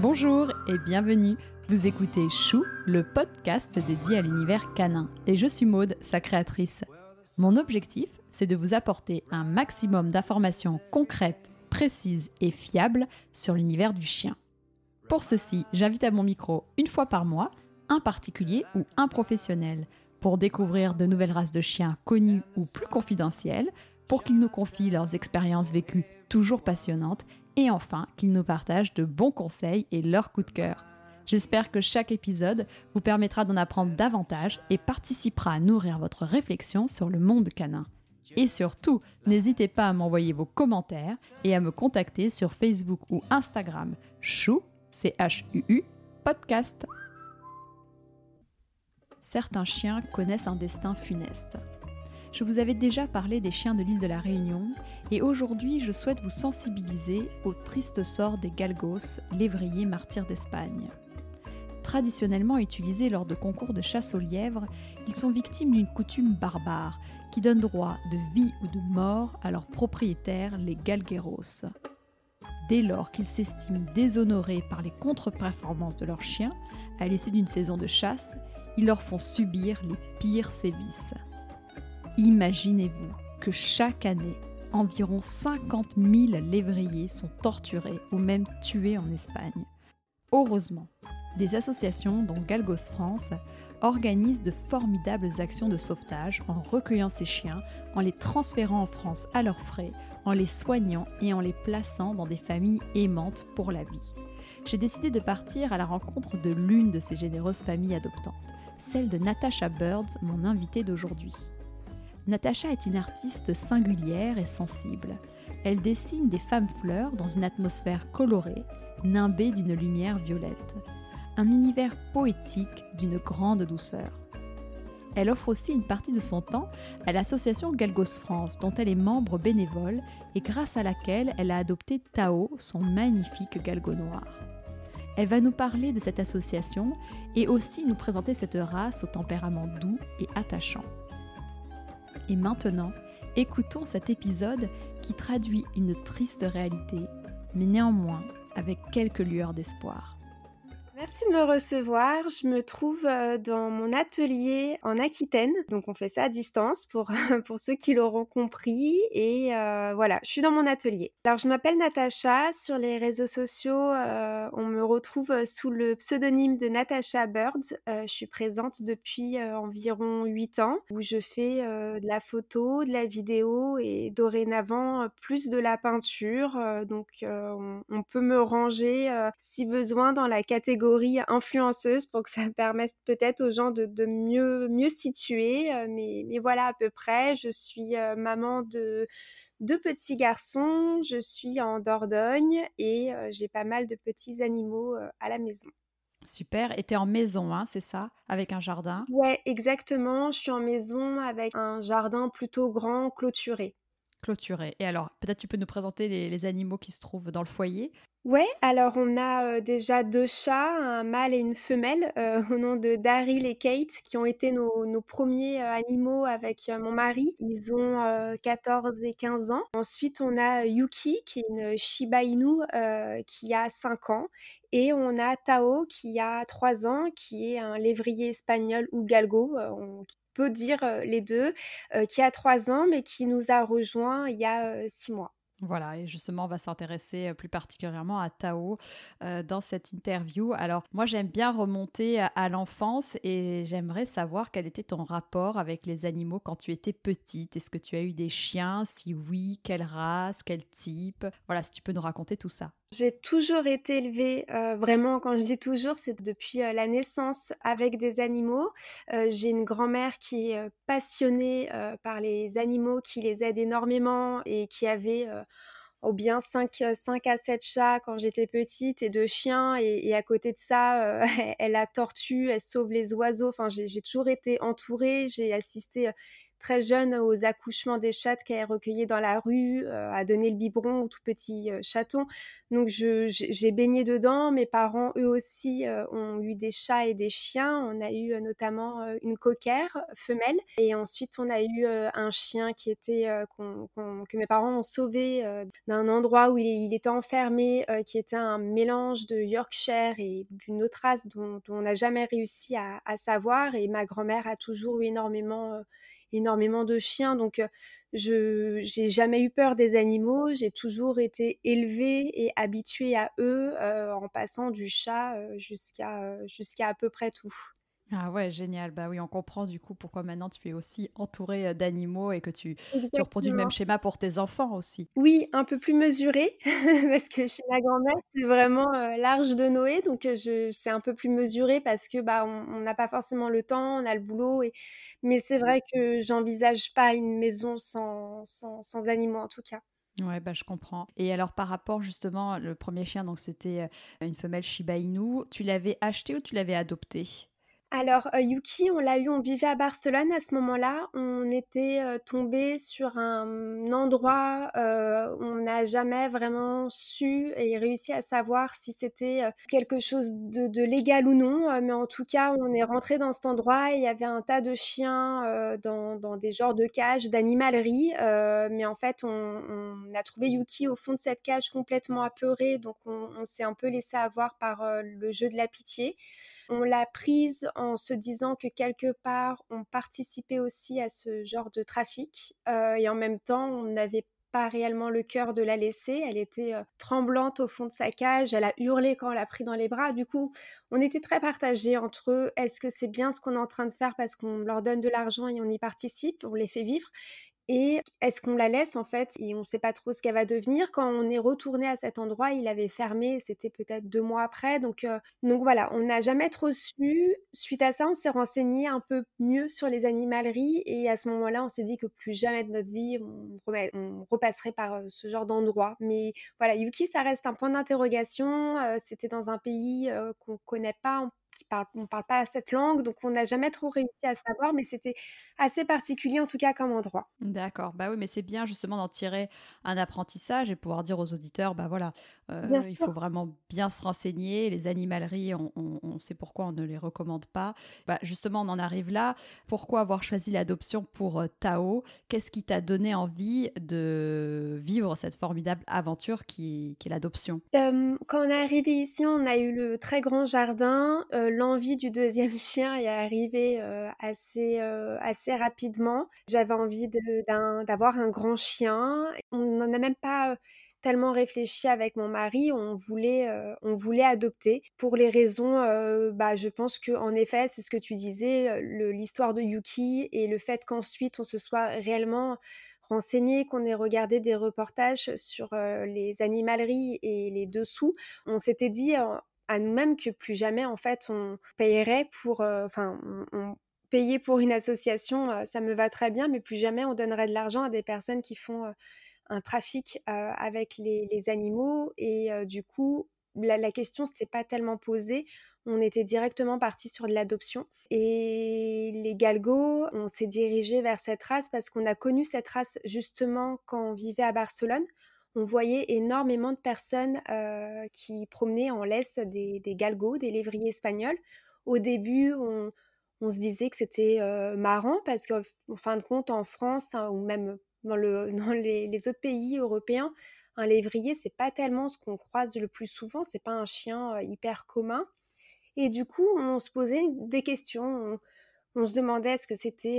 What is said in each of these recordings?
Bonjour et bienvenue. Vous écoutez Chou, le podcast dédié à l'univers canin. Et je suis Maude, sa créatrice. Mon objectif, c'est de vous apporter un maximum d'informations concrètes, précises et fiables sur l'univers du chien. Pour ceci, j'invite à mon micro une fois par mois un particulier ou un professionnel pour découvrir de nouvelles races de chiens connues ou plus confidentielles, pour qu'ils nous confient leurs expériences vécues toujours passionnantes et enfin qu'ils nous partagent de bons conseils et leurs coups de cœur. J'espère que chaque épisode vous permettra d'en apprendre davantage et participera à nourrir votre réflexion sur le monde canin. Et surtout, n'hésitez pas à m'envoyer vos commentaires et à me contacter sur Facebook ou Instagram Chou, C-H-U-U, podcast. Certains chiens connaissent un destin funeste. Je vous avais déjà parlé des chiens de l'île de la Réunion et aujourd'hui je souhaite vous sensibiliser au triste sort des galgos, lévriers martyrs d'Espagne. Traditionnellement utilisés lors de concours de chasse aux lièvres, ils sont victimes d'une coutume barbare qui donne droit de vie ou de mort à leurs propriétaires, les galgueros. Dès lors qu'ils s'estiment déshonorés par les contre-performances de leurs chiens, à l'issue d'une saison de chasse, ils leur font subir les pires sévices. Imaginez-vous que chaque année, environ 50 000 lévriers sont torturés ou même tués en Espagne. Heureusement, des associations, dont Galgos France, organisent de formidables actions de sauvetage en recueillant ces chiens, en les transférant en France à leurs frais, en les soignant et en les plaçant dans des familles aimantes pour la vie. J'ai décidé de partir à la rencontre de l'une de ces généreuses familles adoptantes, celle de Natasha Birds, mon invitée d'aujourd'hui. Natasha est une artiste singulière et sensible. Elle dessine des femmes fleurs dans une atmosphère colorée, nimbée d'une lumière violette. Un univers poétique d'une grande douceur. Elle offre aussi une partie de son temps à l'association Galgos France, dont elle est membre bénévole et grâce à laquelle elle a adopté Tao, son magnifique galgo noir. Elle va nous parler de cette association et aussi nous présenter cette race au tempérament doux et attachant. Et maintenant, écoutons cet épisode qui traduit une triste réalité, mais néanmoins avec quelques lueurs d'espoir. Merci de me recevoir. Je me trouve dans mon atelier en Aquitaine. Donc on fait ça à distance pour, pour ceux qui l'auront compris. Et voilà, je suis dans mon atelier. Alors je m'appelle Natasha. Sur les réseaux sociaux, on me retrouve sous le pseudonyme de Natasha Birds. Je suis présente depuis environ 8 ans où je fais de la photo, de la vidéo et dorénavant plus de la peinture. Donc on peut me ranger si besoin dans la catégorie influenceuse pour que ça permette peut-être aux gens de mieux situer. Mais voilà à peu près. Je suis maman de 2 petits garçons. Je suis en Dordogne et j'ai pas mal de petits animaux à la maison. Super, et t'es en maison, hein, c'est ça, avec un jardin? Ouais, exactement. Je suis en maison avec un jardin plutôt grand, clôturé. Clôturé. Et alors, peut-être tu peux nous présenter les animaux qui se trouvent dans le foyer? Ouais, alors on a déjà 2 chats, un mâle et une femelle, au nom de Daryl et Kate, qui ont été nos premiers animaux avec mon mari. Ils ont 14 et 15 ans. Ensuite, on a Yuki, qui est une Shiba Inu, qui a 5 ans. Et on a Tao, qui a 3 ans, qui est un lévrier espagnol ou galgo, on peut dire les 2, qui a 3 ans, mais qui nous a rejoints il y a 6 mois. Voilà, et justement, on va s'intéresser plus particulièrement à Tao dans cette interview. Alors, moi, j'aime bien remonter à l'enfance et j'aimerais savoir quel était ton rapport avec les animaux quand tu étais petite. Est-ce que tu as eu des chiens? Si oui, quelle race, quel type? Voilà, si tu peux nous raconter tout ça. J'ai toujours été élevée, vraiment quand je dis toujours, c'est depuis la naissance avec des animaux. J'ai une grand-mère qui est passionnée par les animaux, qui les aide énormément et qui avait ou bien 5 à 7 chats quand j'étais petite et 2 chiens et à côté de ça, elle a tortue, elle sauve les oiseaux. Enfin, j'ai toujours été entourée, j'ai assisté très jeune aux accouchements des chattes qu'elle recueillait dans la rue, à donner le biberon aux tout petits chatons. Donc j'ai baigné dedans. Mes parents, eux aussi, ont eu des chats et des chiens. On a eu notamment une cocker femelle. Et ensuite, on a eu un chien qui était que mes parents ont sauvé d'un endroit où il était enfermé, qui était un mélange de Yorkshire et d'une autre race dont on n'a jamais réussi à savoir. Et ma grand-mère a toujours eu énormément de chiens. Donc, je j'ai jamais eu peur des animaux. J'ai toujours été élevée et habituée à eux, en passant du chat jusqu'à peu près tout. Ah ouais, génial. Bah oui, on comprend du coup pourquoi maintenant tu es aussi entourée d'animaux et que tu reproduis le même Exactement. schéma pour tes enfants aussi. Oui, un peu plus mesuré parce que chez ma grand-mère, c'est vraiment, l'arche de Noé. Donc, je c'est un peu plus mesuré parce que, bah, on n'a pas forcément le temps, on a le boulot. Mais c'est vrai que j'envisage pas une maison sans animaux, en tout cas. Ouais, bah je comprends. Et alors par rapport justement, le premier chien, donc c'était une femelle Shiba Inu, tu l'avais acheté ou tu l'avais adopté? Alors, Yuki, on vivait à Barcelone à ce moment-là. On était, tombés sur un, endroit, on n'a jamais vraiment su et réussi à savoir si c'était, quelque chose de légal ou non, mais en tout cas, on est rentrés dans cet endroit et il y avait un tas de chiens, dans des genres de cages d'animalerie, mais en fait, on a trouvé Yuki au fond de cette cage complètement apeuré, donc on s'est un peu laissé avoir par, le jeu de la pitié. On l'a prise en se disant que quelque part, on participait aussi à ce genre de trafic, et en même temps, on n'avait pas réellement le cœur de la laisser. Elle était tremblante au fond de sa cage, elle a hurlé quand on l'a pris dans les bras. Du coup, on était très partagés entre est-ce que c'est bien ce qu'on est en train de faire parce qu'on leur donne de l'argent et on y participe, on les fait vivre, et est-ce qu'on la laisse en fait et on ne sait pas trop ce qu'elle va devenir. Quand on est retourné à cet endroit, il avait fermé, c'était peut-être 2 mois après. Donc voilà, on n'a jamais trop su. Suite à ça, on s'est renseigné un peu mieux sur les animaleries et à ce moment-là, on s'est dit que plus jamais de notre vie, on repasserait par, ce genre d'endroit. Mais voilà, Yuki, ça reste un point d'interrogation. C'était dans un pays, qu'on connaît pas, on parle pas cette langue, donc on n'a jamais trop réussi à savoir, mais c'était assez particulier en tout cas comme endroit. D'accord, bah oui, mais c'est bien justement d'en tirer un apprentissage et pouvoir dire aux auditeurs, bah voilà, Bien il sûr. faut vraiment bien se renseigner. Les animaleries, on sait pourquoi on ne les recommande pas. Bah justement, on en arrive là. Pourquoi avoir choisi l'adoption pour Tao? Qu'est-ce qui t'a donné envie de vivre cette formidable aventure qui est l'adoption? Quand on est arrivé ici, on a eu le très grand jardin. L'envie du deuxième chien est arrivée, assez rapidement. J'avais envie d'avoir un grand chien. On n'en a même pas, tellement réfléchi avec mon mari. On voulait adopter pour les raisons, bah, je pense qu'en effet, c'est ce que tu disais, l'histoire de Yuki et le fait qu'ensuite on se soit réellement renseigné, qu'on ait regardé des reportages sur les animaleries et les dessous, on s'était dit à nous-mêmes que plus jamais, en fait, on payerait pour, enfin, on payer pour une association, ça me va très bien, mais plus jamais on donnerait de l'argent à des personnes qui font un trafic avec les animaux. Et du coup, la question s'était pas tellement posée. On était directement parti sur de l'adoption. Et les galgos, on s'est dirigé vers cette race parce qu'on a connu cette race justement quand on vivait à Barcelone. On voyait énormément de personnes qui promenaient en laisse des galgos, des lévriers espagnols. Au début, on se disait que c'était marrant parce qu'en fin de compte, en France, hein, ou même dans les autres pays européens, un lévrier, c'est pas tellement ce qu'on croise le plus souvent, c'est pas un chien hyper commun. Et du coup, on se posait des questions, on se demandait est-ce que c'était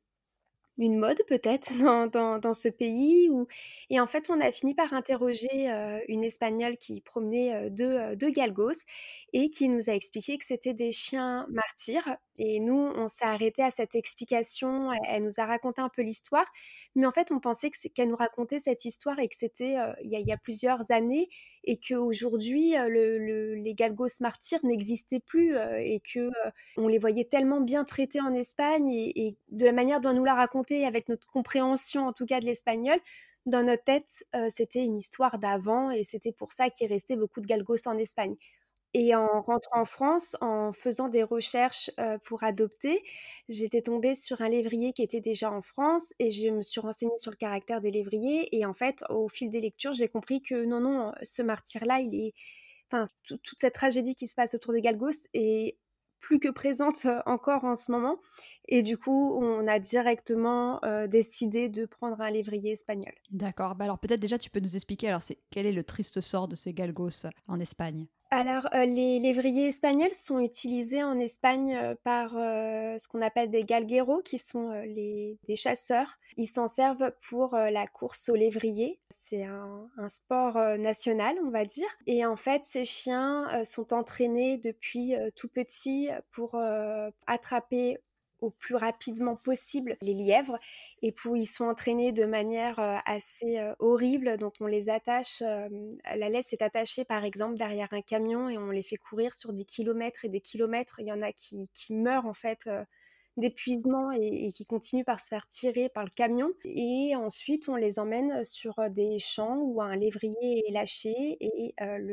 une mode peut-être dans ce pays ou. Et en fait, on a fini par interroger, une Espagnole qui promenait, 2 galgos et qui nous a expliqué que c'était des chiens martyrs. Et nous, on s'est arrêté à cette explication. Elle nous a raconté un peu l'histoire, mais en fait, on pensait qu'elle nous racontait cette histoire et que c'était, il y a plusieurs années et qu'aujourd'hui, les galgos martyrs n'existaient plus, et que, on les voyait tellement bien traités en Espagne et de la manière dont on nous l'a raconté, avec notre compréhension en tout cas de l'espagnol, dans notre tête, c'était une histoire d'avant et c'était pour ça qu'il restait beaucoup de galgos en Espagne. Et en rentrant en France, en faisant des recherches, pour adopter, j'étais tombée sur un lévrier qui était déjà en France et je me suis renseignée sur le caractère des lévriers et en fait, au fil des lectures, j'ai compris que non, non, ce martyre-là, il est enfin, toute cette tragédie qui se passe autour des galgos est plus que présente, encore en ce moment et du coup, on a directement, décidé de prendre un lévrier espagnol. D'accord. Bah alors peut-être déjà tu peux nous expliquer alors c'est quel est le triste sort de ces galgos en Espagne? Alors, les lévriers espagnols sont utilisés en Espagne, par, ce qu'on appelle des galgueros qui sont, les des chasseurs. Ils s'en servent pour, la course au lévrier. C'est un sport, national, on va dire et en fait, ces chiens, sont entraînés depuis, tout petits pour, attraper au plus rapidement possible les lièvres et pour ils sont entraînés de manière, assez, horrible. Donc on les attache, la laisse est attachée par exemple derrière un camion et on les fait courir sur des kilomètres et des kilomètres. Il y en a qui meurent en fait, d'épuisement et qui continuent par se faire tirer par le camion et ensuite on les emmène sur, des champs où un lévrier est lâché et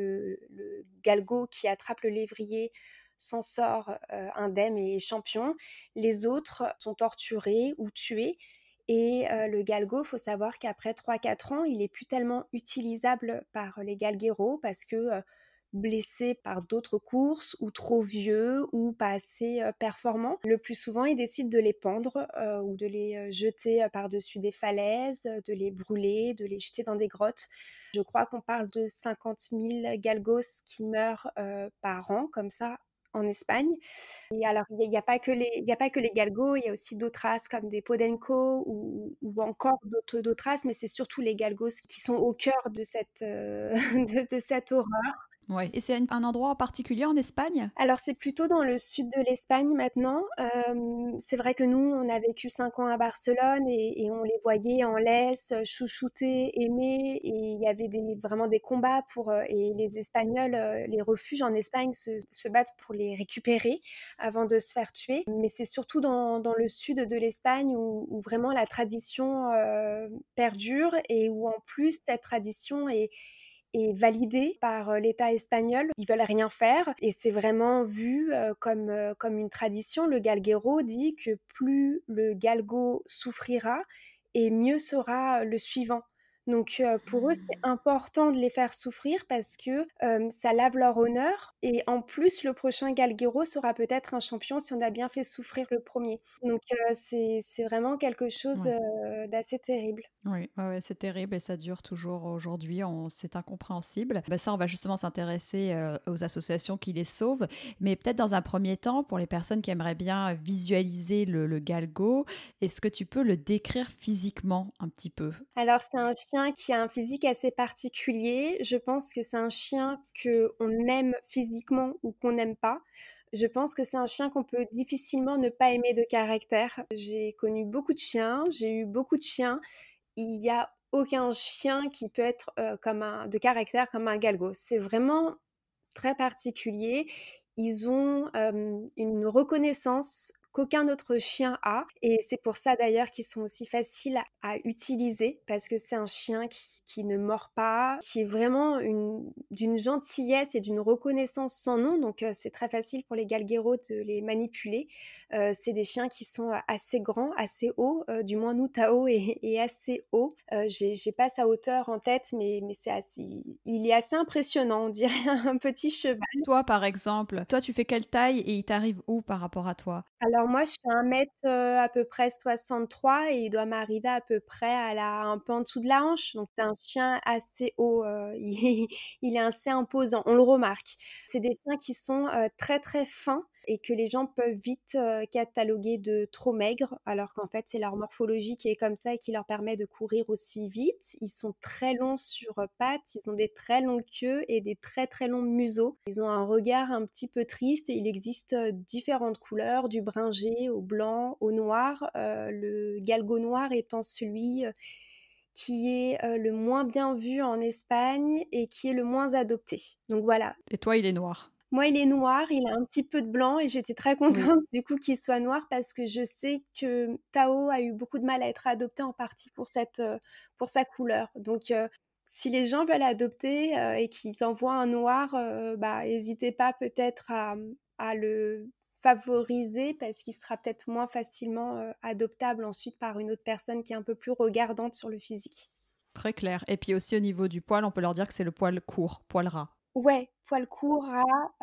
le galgo qui attrape le lévrier s'en sort, indemne et champion. Les autres sont torturés ou tués et le galgo, faut savoir qu'après 3-4 ans, il est plus tellement utilisable par les galgueros parce que, blessé par d'autres courses ou trop vieux ou pas assez, performant. Le plus souvent, ils décident de les pendre, ou de les, jeter, par-dessus des falaises, de les brûler, de les jeter dans des grottes. Je crois qu'on parle de 50 000 galgos qui meurent, par an comme ça en Espagne et alors, il y a pas que les galgos, il y a aussi d'autres races comme des podenco ou encore d'autres races, mais c'est surtout les galgos qui sont au cœur de cette, de cette horreur. Ouais. Et c'est un endroit en particulier en Espagne? Alors c'est plutôt dans le sud de l'Espagne maintenant. C'est vrai que nous, on a vécu 5 ans à Barcelone et on les voyait en laisse, chouchoutés, aimés et il y avait vraiment des combats pour, et les Espagnols, les refuges en Espagne se battent pour les récupérer avant de se faire tuer. Mais c'est surtout dans le sud de l'Espagne où vraiment la tradition, perdure et où en plus cette tradition est validé par, l'État espagnol. Ils veulent rien faire et c'est vraiment vu, comme une tradition. Le galguero dit que plus le galgo souffrira et mieux sera le suivant. Donc, pour eux, c'est important de les faire souffrir parce que, ça lave leur honneur et en plus, le prochain galguero sera peut-être un champion si on a bien fait souffrir le premier. Donc, c'est vraiment quelque chose, Ouais. d'assez terrible. Oui, ouais, ouais, c'est terrible et ça dure toujours aujourd'hui. C'est incompréhensible. Bah, ça, on va justement s'intéresser aux associations qui les sauvent. Mais peut-être dans un premier temps, pour les personnes qui aimeraient bien visualiser le galgo, est-ce que tu peux le décrire physiquement un petit peu? Alors, c'est un chien qui a un physique assez particulier. Je pense que c'est un chien qu'on aime physiquement ou qu'on n'aime pas. Je pense que c'est un chien qu'on peut difficilement ne pas aimer de caractère. J'ai connu beaucoup de chiens, j'ai eu beaucoup de chiens. Il y a aucun chien qui peut être, de caractère comme un galgo. C'est vraiment très particulier. Ils ont, une reconnaissance qu'aucun autre chien a et c'est pour ça d'ailleurs qu'ils sont aussi faciles à utiliser parce que c'est un chien qui ne mord pas, qui est vraiment d'une gentillesse et d'une reconnaissance sans nom donc c'est très facile pour les galgueros de les manipuler. C'est des chiens qui sont, assez grands, assez hauts, du moins nous Tao est assez haut. J'ai pas sa hauteur en tête mais c'est assez il est assez impressionnant, on dirait un petit cheval. Toi, par exemple, toi, tu fais quelle taille et il t'arrive où par rapport à toi? Alors moi, je fais 1 m, à peu près 63 et il doit m'arriver à peu près à la un peu en dessous de la hanche, donc c'est un chien assez haut, il est assez imposant, on le remarque. C'est des chiens qui sont, très, très fins et que les gens peuvent vite, cataloguer de trop maigres, alors qu'en fait, c'est leur morphologie qui est comme ça et qui leur permet de courir aussi vite. Ils sont très longs sur, pattes, ils ont des très longues queues et des très, très longs museaux. Ils ont un regard un petit peu triste et il existe, différentes couleurs, du bringé au blanc, au noir, le galgo noir étant celui, qui est, le moins bien vu en Espagne et qui est le moins adopté. Donc voilà. Et toi, il est noir. Moi, il est noir, il a un petit peu de blanc et j'étais très Oui. contente du coup qu'il soit noir parce que je sais que Tao a eu beaucoup de mal à être adopté en partie pour pour sa couleur. Donc Si les gens veulent adopter, et qu'ils en voient un noir, hésitez pas peut-être à le favoriser parce qu'il sera peut-être moins facilement, adoptable ensuite par une autre personne qui est un peu plus regardante sur le physique. Très clair. Et puis aussi au niveau du poil, on peut leur dire que c'est le poil court, poil ras. Ouais, poil court, ras,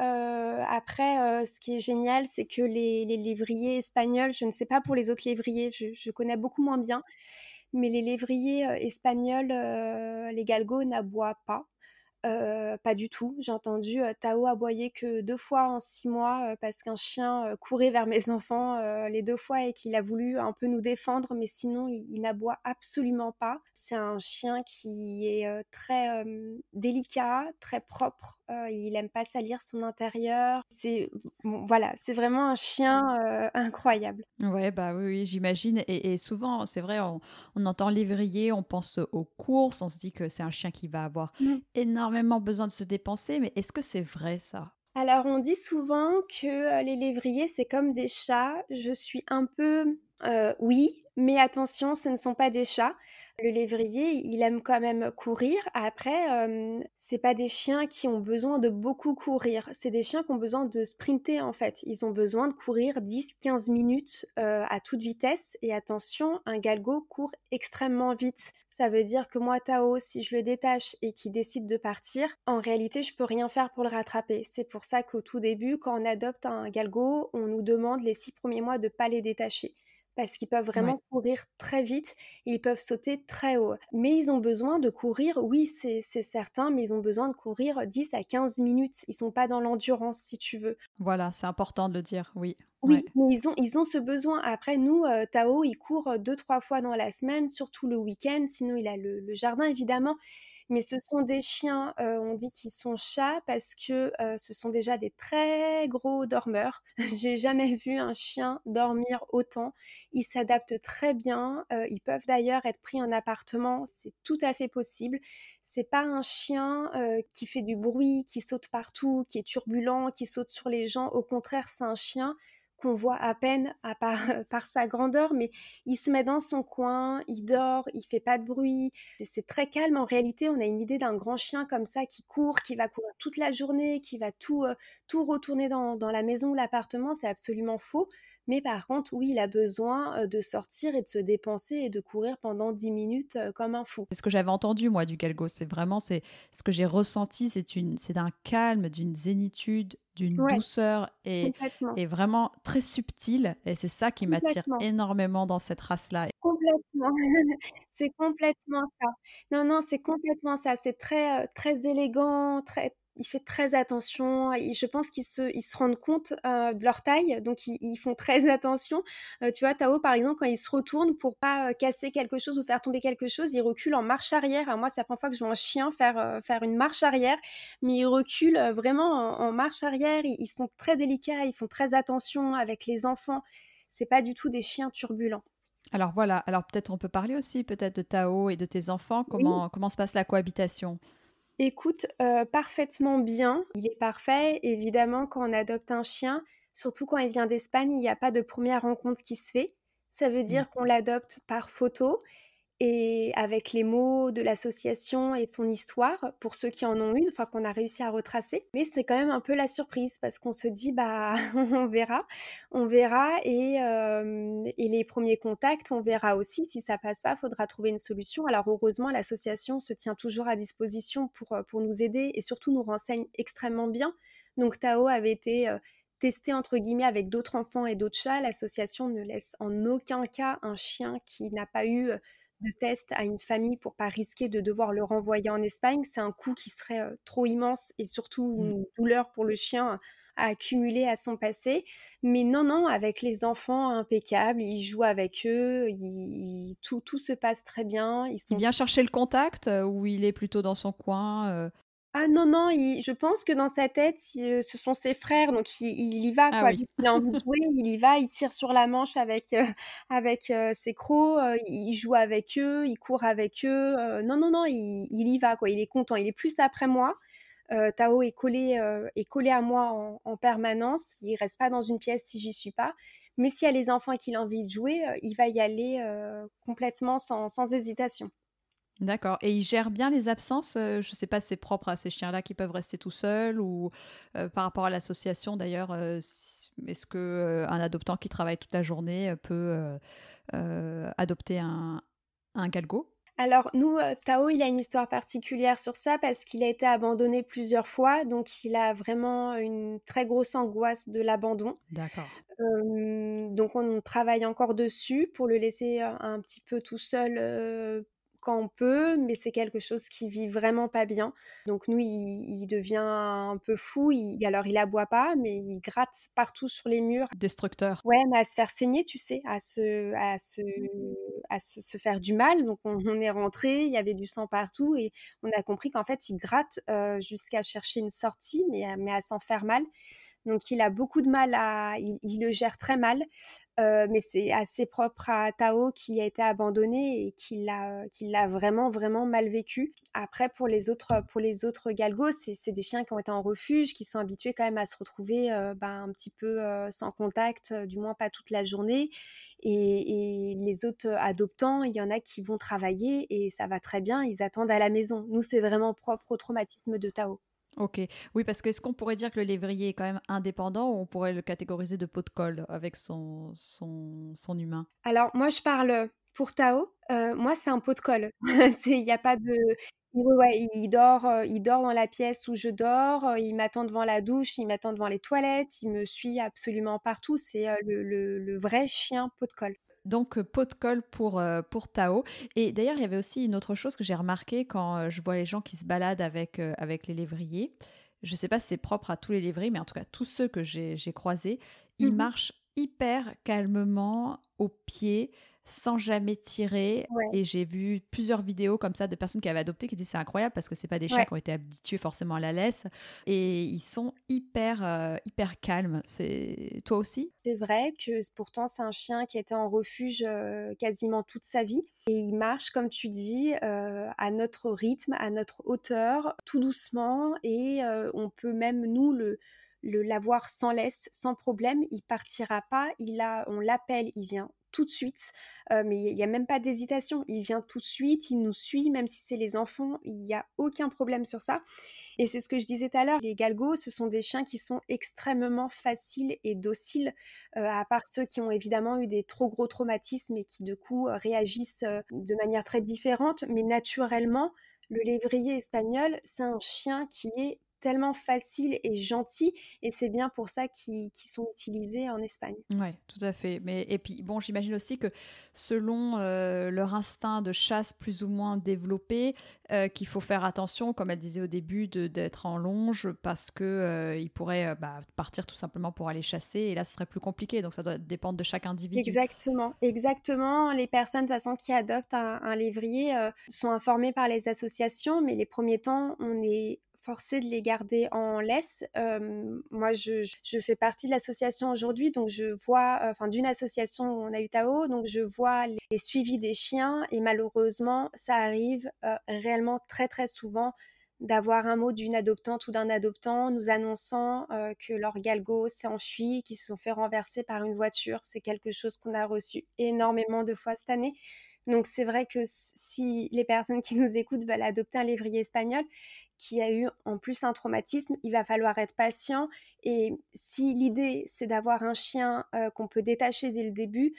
après, ce qui est génial, c'est que les lévriers espagnols, je ne sais pas pour les autres lévriers, je connais beaucoup moins bien, mais les lévriers, espagnols, les galgos n'aboient pas. Pas du tout. J'ai entendu, Tao aboyer que 2 fois en 6 mois, parce qu'un chien, courait vers mes enfants, les 2 fois et qu'il a voulu un peu nous défendre, mais sinon il n'aboie absolument pas. C'est un chien qui est, très, délicat, très propre, il aime pas salir son intérieur. C'est bon voilà, c'est vraiment un chien, incroyable. Ouais, bah, oui, oui, j'imagine et souvent, c'est vrai, on entend lévrier, on pense aux courses, on se dit que c'est un chien qui va avoir Mmh. énormément besoin de se dépenser, mais est-ce que c'est vrai ça? Alors on dit souvent que, les lévriers, c'est comme des chats. Je suis un peu, oui, mais attention, ce ne sont pas des chats. Le lévrier, il aime quand même courir. Après, c'est pas des chiens qui ont besoin de beaucoup courir. C'est des chiens qui ont besoin de sprinter, en fait. Ils ont besoin de courir 10-15 minutes, à toute vitesse et attention, un galgo court extrêmement vite. Ça veut dire que moi, Tao, si je le détache et qu'il décide de partir, en réalité, je peux rien faire pour le rattraper. C'est pour ça qu'au tout début, quand on adopte un galgo, on nous demande les 6 premiers mois de pas les détacher. Parce qu'ils peuvent Ouais. vraiment courir très vite et ils peuvent sauter très haut. Mais ils ont besoin de courir, oui, c'est certain, mais ils ont besoin de courir 10 à 15 minutes. Ils sont pas dans l'endurance, si tu veux. Voilà, c'est important de le dire, oui. Ouais. Oui, mais ils ont ce besoin. Après nous, Tao, il court, 2-3 fois dans la semaine, surtout le week-end, sinon il a le jardin évidemment. Mais ce sont des chiens, on dit qu'ils sont chats parce que, ce sont déjà des très gros dormeurs. J'ai jamais vu un chien dormir autant. Ils s'adaptent très bien, ils peuvent d'ailleurs être pris en appartement, c'est tout à fait possible. C'est pas un chien, qui fait du bruit, qui saute partout, qui est turbulent, qui saute sur les gens. Au contraire, c'est un chien qu'on voit à peine à par par sa grandeur, mais il se met dans son coin, il dort, il fait pas de bruit. C'est très calme. En réalité, on a une idée d'un grand chien comme ça qui court, qui va courir toute la journée, qui va tout retourner dans la maison ou l'appartement. C'est absolument faux. Mais par contre, oui, il a besoin, de sortir et de se dépenser et de courir pendant 10 minutes, comme un fou. C'est ce que j'avais entendu moi du galgo, c'est ce que j'ai ressenti, c'est d'un calme, d'une zénitude, d'une Ouais, douceur complètement, et vraiment très subtil et c'est ça qui m'attire complètement. énormément dans cette race-là. Complètement. C'est complètement ça. Non, non, c'est complètement ça. C'est très, très élégant, très il fait très attention et je pense qu'ils se rendent compte, de leur taille, donc ils font très attention. Tu vois, Tao, par exemple, quand il se retourne pour pas, casser quelque chose ou faire tomber quelque chose, il recule en marche arrière. Alors moi, c'est la première fois que je vois un chien faire une marche arrière, mais il recule, vraiment en marche arrière. Ils sont très délicats, ils font très attention avec les enfants. C'est pas du tout des chiens turbulents. Alors voilà, alors peut-être on peut parler aussi peut-être de Tao et de tes enfants, Oui. comment se passe la cohabitation? Écoute, parfaitement bien. Il est parfait. Évidemment, quand on adopte un chien, surtout quand il vient d'Espagne, il n'y a pas de première rencontre qui se fait. Ça veut Mmh. dire qu'on l'adopte par photo et avec les mots de l'association et son histoire, pour ceux qui en ont une, enfin qu'on a réussi à retracer. Mais c'est quand même un peu la surprise parce qu'on se dit: «Bah, on verra et les premiers contacts, on verra aussi. Si ça passe pas, faudra trouver une solution». Alors heureusement, l'association se tient toujours à disposition pour nous aider et surtout nous renseigne extrêmement bien. Donc Tao avait été, testé entre guillemets avec d'autres enfants et d'autres chats. L'association ne laisse en aucun cas un chien qui n'a pas eu, de test à une famille pour pas risquer de devoir le renvoyer en Espagne. C'est un coût qui serait, trop immense et surtout Mmh. une douleur pour le chien à accumuler à son passé. Mais non, non, avec les enfants, impeccable, il joue avec eux, tout se passe très bien. Ils Il sont vient chercher le contact, ou il est plutôt dans son coin? ah non, non, je pense que dans sa tête, ce sont ses frères, donc il y va, Ah quoi. oui. Dès qu'il a envie de jouer, il y va, il tire sur la manche avec ses crocs, il joue avec eux, il court avec eux, non, non, non, il y va, quoi. Il est content. Il est plus après moi. Tao est collé à moi en permanence. Il reste pas dans une pièce si j'y suis pas. Mais s'il y a les enfants et qu'il a envie de jouer, il va y aller, complètement sans hésitation. D'accord, et ils gèrent bien les absences? Je ne sais pas si c'est propre à ces chiens-là qui peuvent rester tout seuls ou par rapport à l'association d'ailleurs, est-ce que, un adoptant qui travaille toute la journée, peut, adopter un galgo? Alors nous, Tao, il a une histoire particulière sur ça parce qu'il a été abandonné plusieurs fois, donc il a vraiment une très grosse angoisse de l'abandon. D'accord. Donc on travaille encore dessus pour le laisser, un petit peu tout seul, quand on peut, mais c'est quelque chose qui vit vraiment pas bien. Donc nous, il devient un peu fou, alors il aboie pas, mais il gratte partout sur les murs. Destructeur. Ouais, mais à se faire saigner, tu sais, à se faire du mal. Donc on est rentré, il y avait du sang partout et on a compris qu'en fait, il gratte, jusqu'à chercher une sortie, mais à s'en faire mal. Donc il a beaucoup de mal il le gère très mal, mais c'est assez propre à Tao qui a été abandonné et qui l'a vraiment, vraiment mal vécu. Après pour les autres galgos, c'est des chiens qui ont été en refuge, qui sont habitués quand même à se retrouver, un petit peu, sans contact, du moins pas toute la journée et les autres, adoptants, il y en a qui vont travailler et ça va très bien, ils attendent à la maison. Nous, c'est vraiment propre au traumatisme de Tao. OK. Oui, parce que est-ce qu'on pourrait dire que le lévrier est quand même indépendant ou on pourrait le catégoriser de pot de colle avec son humain? Alors moi, je parle pour Tao. Moi, c'est un pot de colle. Il y a pas de ouais, ouais, il dort dans la pièce où je dors, il m'attend devant la douche, il m'attend devant les toilettes, il me suit absolument partout. C'est, le vrai chien pot de colle. Donc, pot de colle pour Tao. Et d'ailleurs, il y avait aussi une autre chose que j'ai remarqué quand, je vois les gens qui se baladent avec les lévriers. Je ne sais pas si c'est propre à tous les lévriers, mais en tout cas, tous ceux que j'ai croisés, ils Mmh. marchent hyper calmement au pied, sans jamais tirer. Ouais, Et j'ai vu plusieurs vidéos comme ça de personnes qui avaient adopté qui disent c'est incroyable parce que c'est pas des chiens ouais. qui ont été habitués forcément à la laisse et ils sont hyper calmes. C'est toi aussi? C'est vrai que pourtant c'est un chien qui était en refuge, quasiment toute sa vie et il marche comme tu dis, à notre rythme, à notre hauteur, tout doucement et on peut même nous l'avoir sans laisse, sans problème. Il partira pas, on l'appelle, il vient tout de suite, mais il y a même pas d'hésitation. Il vient tout de suite, il nous suit, même si c'est les enfants, il y a aucun problème sur ça. Et c'est ce que je disais tout à l'heure, les galgos, ce sont des chiens qui sont extrêmement faciles et dociles, à part ceux qui ont évidemment eu des trop gros traumatismes et qui, du coup, réagissent, de manière très différente. Mais naturellement, le lévrier espagnol, c'est un chien qui est tellement facile et gentil et c'est bien pour ça qu'ils sont utilisés en Espagne. Ouais, tout à fait. Mais et puis bon, j'imagine aussi que selon, leur instinct de chasse plus ou moins développé, qu'il faut faire attention, comme elle disait au début, d'être en longe parce que, ils pourraient, partir tout simplement pour aller chasser et là, ce serait plus compliqué. Donc ça doit dépendre de chaque individu. Exactement, exactement. Les personnes, de toute façon, qui adoptent un lévrier, sont informées par les associations, mais les premiers temps, on est forcé de les garder en laisse. Moi, je fais partie de l'association aujourd'hui, donc je vois, enfin d'une association où on a eu Tao, donc je vois les suivis des chiens et malheureusement, ça arrive, réellement très, très souvent d'avoir un mot d'une adoptante ou d'un adoptant nous annonçant que leur galgo s'est enfui, qu'ils se sont fait renverser par une voiture. C'est quelque chose qu'on a reçu énormément de fois cette année. Donc c'est vrai que si les personnes qui nous écoutent veulent adopter un lévrier espagnol qui a eu en plus un traumatisme, il va falloir être patient. Et si l'idée c'est d'avoir un chien qu'on peut détacher dès le début,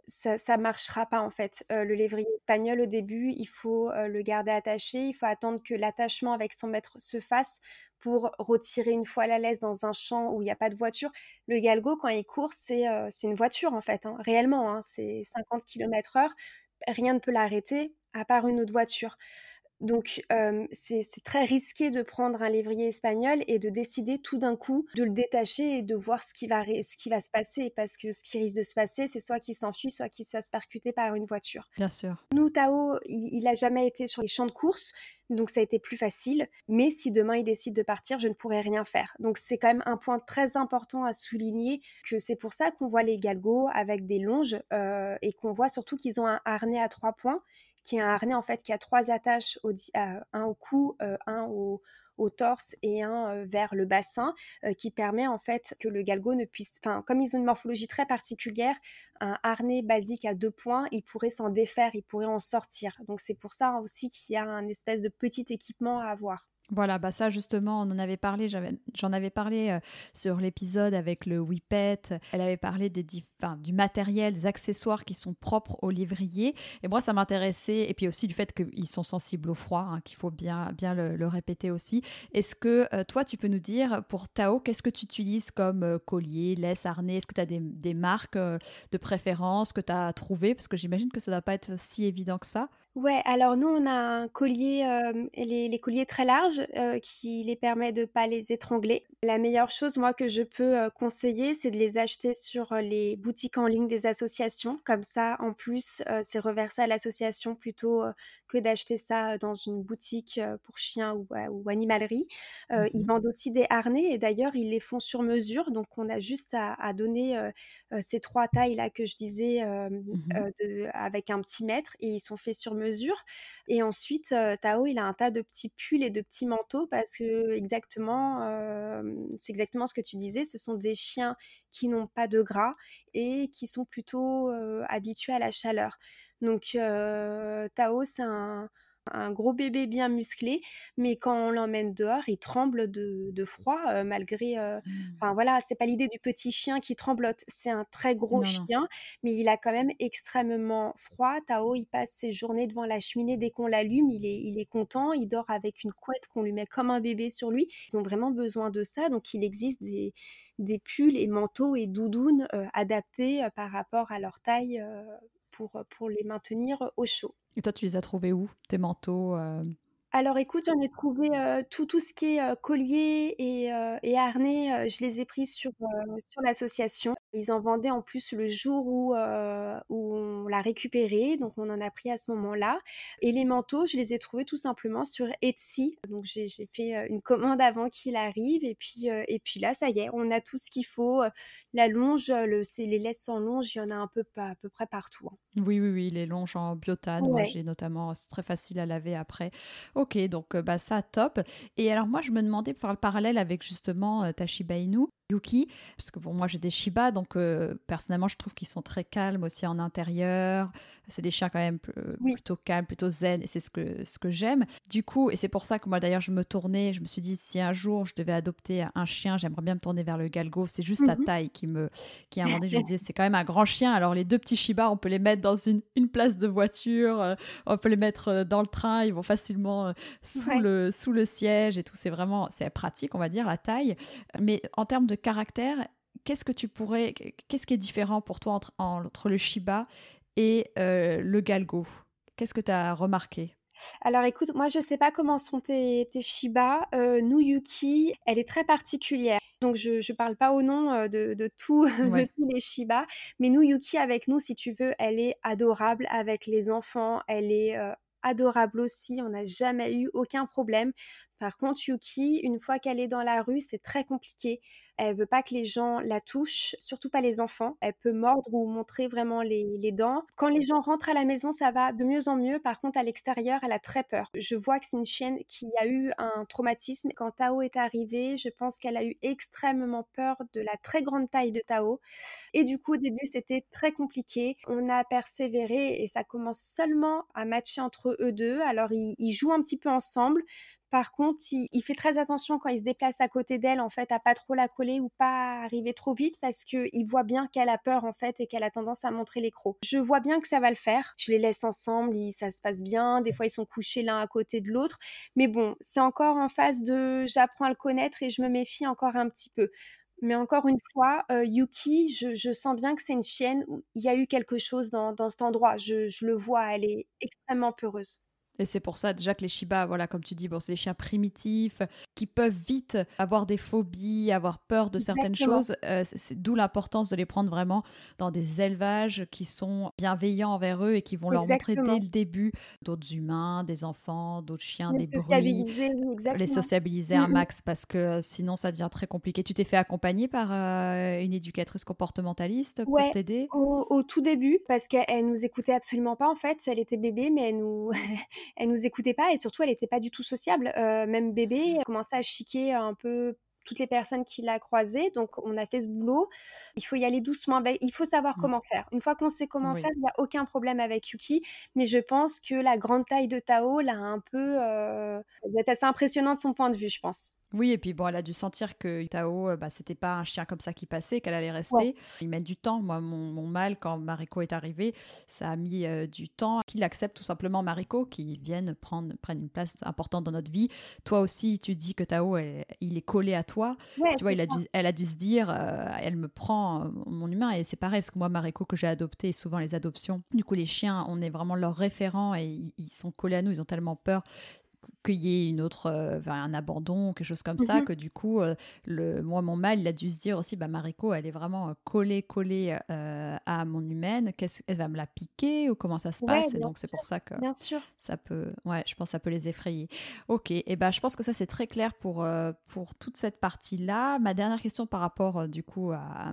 ça marchera pas en fait. Le lévrier espagnol au début, il faut, le garder attaché, il faut attendre que l'attachement avec son maître se fasse pour retirer une fois la laisse dans un champ où il y a pas de voiture. Le galgo quand il court, c'est une voiture en fait, hein, réellement, hein, c'est 50 km/h. Rien ne peut l'arrêter à part une autre voiture. Donc, c'est très risqué de prendre un lévrier espagnol et de décider tout d'un coup de le détacher et de voir ce qui va se passer. Parce que ce qui risque de se passer, c'est soit qu'il s'enfuit, soit qu'il se fasse percuter par une voiture. Bien sûr. Nous, Tao, il a jamais été sur les champs de course, donc ça a été plus facile. Mais si demain il décide de partir, je ne pourrai rien faire. Donc c'est quand même un point très important à souligner, que c'est pour ça qu'on voit les galgos avec des longes et qu'on voit surtout qu'ils ont un harnais à 3 points, qui est un harnais en fait qui a 3 attaches, un au cou, un au torse et un vers le bassin, qui permet en fait que le galgo ne puisse, enfin, comme ils ont une morphologie très particulière, un harnais basique à 2 points, il pourrait s'en défaire, il pourrait en sortir. Donc c'est pour ça aussi qu'il y a un espèce de petit équipement à avoir. Voilà, bah ça justement, on en avait parlé, j'en avais parlé sur l'épisode avec le Whippet. Elle avait parlé enfin, du matériel, des accessoires qui sont propres au lévrier. Et moi, ça m'intéressait. Et puis aussi du fait qu'ils sont sensibles au froid, hein, qu'il faut bien le répéter aussi. Est-ce que toi, tu peux nous dire, pour Tao, qu'est-ce que tu utilises comme collier, laisse, harnais? Est-ce que tu as des marques de préférence que tu as trouvées? Parce que j'imagine que ça ne doit pas être si évident que ça. Ouais, alors nous, on a un collier, les colliers très larges, qui les permet de pas les étrangler. La meilleure chose, moi, que je peux, conseiller, c'est de les acheter sur, les boutiques en ligne des associations. Comme ça, en plus, c'est reversé à l'association plutôt, que d'acheter ça, dans une boutique, pour chiens ou animalerie. Ils Mhm. vendent aussi des harnais et d'ailleurs, ils les font sur mesure, donc on a juste à donner, ces 3 tailles-là que je disais, Mhm. avec un petit mètre et ils sont faits sur mesure. Et ensuite, Tao, il a un tas de petits pulls et de petits manteaux parce que exactement, c'est exactement ce que tu disais, ce sont des chiens qui n'ont pas de gras et qui sont plutôt, habitués à la chaleur. Donc Tao, c'est un gros bébé bien musclé, mais quand on l'emmène dehors, il tremble de froid, malgré, Mm. enfin voilà, c'est pas l'idée du petit chien qui tremblote, c'est un très gros Non, non. chien, mais il a quand même extrêmement froid. Tao, il passe ses journées devant la cheminée dès qu'on l'allume, il est content, il dort avec une couette qu'on lui met comme un bébé sur lui. Ils ont vraiment besoin de ça, donc il existe des pulls et manteaux et doudounes, adaptés, par rapport à leur taille, pour les maintenir au chaud. Et toi, tu les as trouvés où, tes manteaux Alors écoute, j'en ai trouvé, tout ce qui est, collier et harnais, je les ai pris sur l'association. Ils en vendaient en plus le jour où on l'a récupéré, donc on en a pris à ce moment-là. Et les manteaux, je les ai trouvés tout simplement sur Etsy. Donc j'ai fait, une commande avant qu'il arrive et puis là, ça y est, on a tout ce qu'il faut, la longe, c'est les laisses en longe, il y en a un peu à peu près partout, hein. Oui, oui, oui, les longes en biotane. Moi, Ouais. j'ai notamment, c'est très facile à laver après. Ok, donc bah ça, top. Et alors moi, je me demandais, pour faire le parallèle avec justement ta Shiba Inu, Yuki, parce que bon, moi j'ai des Shiba, donc personnellement, je trouve qu'ils sont très calmes aussi en intérieur. C'est des chiens quand même Oui. plutôt calmes, plutôt zen, et c'est ce que j'aime. Du coup, et c'est pour ça que moi d'ailleurs, je me suis dit, si un jour je devais adopter un chien, j'aimerais bien me tourner vers le galgo. C'est juste sa Mmh. taille qui à un moment donné, je me disais, c'est quand même un grand chien. Alors les deux petits Shiba, on peut les mettre dans une place de voiture, on peut les mettre dans le train, ils vont facilement Ouais. sous le siège et tout. C'est pratique, on va dire, la taille. Mais en termes de caractère, qu'est-ce qui est différent pour toi entre le Shiba et le galgo? Qu'est-ce que tu as remarqué? Alors écoute, moi je sais pas comment sont tes Shiba. Nous, Yuki, elle est très particulière. Donc je parle pas au nom, de tout de Ouais. tous les Shiba, mais nous, Yuki avec nous, si tu veux, elle est adorable avec les enfants, elle est, adorable aussi, on n'a jamais eu aucun problème. Par contre, Yuki, une fois qu'elle est dans la rue, c'est très compliqué. Elle veut pas que les gens la touchent, surtout pas les enfants. Elle peut mordre ou montrer vraiment les dents. Quand les gens rentrent à la maison, ça va de mieux en mieux. Par contre, à l'extérieur, elle a très peur. Je vois que c'est une chienne qui a eu un traumatisme. Quand Tao est arrivée, je pense qu'elle a eu extrêmement peur de la très grande taille de Tao. Et du coup, au début, c'était très compliqué. On a persévéré et ça commence seulement à matcher entre eux deux. Alors, ils jouent un petit peu ensemble. Par contre, il fait très attention quand il se déplace à côté d'elle, en fait, à pas trop la coller ou pas arriver trop vite parce qu'il voit bien qu'elle a peur, en fait, et qu'elle a tendance à montrer les crocs. Je vois bien que ça va le faire. Je les laisse ensemble, ça se passe bien. Des fois, ils sont couchés l'un à côté de l'autre. Mais bon, c'est encore en phase de j'apprends à le connaître et je me méfie encore un petit peu. Mais encore une fois, Yuki, je sens bien que c'est une chienne où il y a eu quelque chose dans cet endroit. Je le vois, elle est extrêmement peureuse. Et c'est pour ça déjà que les Shiba, voilà, comme tu dis, bon, c'est des chiens primitifs qui peuvent vite avoir des phobies, avoir peur de certaines Exactement. choses. D'où l'importance de les prendre vraiment dans des élevages qui sont bienveillants envers eux et qui vont leur montrer dès Exactement. le début d'autres humains, des enfants, d'autres chiens, Les des bruits, sociabiliser, oui, les exactement. sociabiliser un Mmh mh. max parce que sinon ça devient très compliqué. Tu t'es fait accompagner par une éducatrice comportementaliste pour Ouais, t'aider? au tout début, parce qu'elle nous écoutait absolument pas, en fait. Elle était bébé, mais elle nous elle nous écoutait pas et surtout elle était pas du tout sociable. Même bébé, elle commençait à chiquer un peu toutes les personnes qui la croisaient. Donc on a fait ce boulot. Il faut y aller doucement. Il faut savoir Mmh. comment faire. Une fois qu'on sait comment faire, Oui. il y a aucun problème avec Yuki. Mais je pense que la grande taille de Tao l'a un peu, ça doit être assez impressionnant de son point de vue, je pense. Oui et puis bon, elle a dû sentir que Tao, bah, c'était pas un chien comme ça qui passait, qu'elle allait Ouais. rester. Ils mettent du temps. Moi, mon mâle, quand Mariko est arrivé, ça a mis, du temps qu'il accepte tout simplement Mariko, qu'il vienne prenne une place importante dans notre vie. Toi aussi, tu dis que Tao, il est collé à toi. Ouais, Tu vois, c'est ça. elle a dû se dire, «Elle me prend, mon humain» et c'est pareil parce que moi, Mariko que j'ai adopté, souvent les adoptions, du coup, les chiens, on est vraiment leurs référents et ils sont collés à nous, ils ont tellement peur qu'il y ait une autre, un abandon, quelque chose comme ça, Mmh. que du coup, moi, mon mâle, il a dû se dire aussi, bah, Mariko, elle est vraiment collée à mon humaine. Elle va me la piquer ou comment ça se Ouais, passe? Et bien donc, c'est sûr, pour ça que bien sûr. ça peut, ouais, je pense que ça peut les effrayer. Ok, et ben, je pense que ça, c'est très clair pour toute cette partie-là. Ma dernière question par rapport, du coup,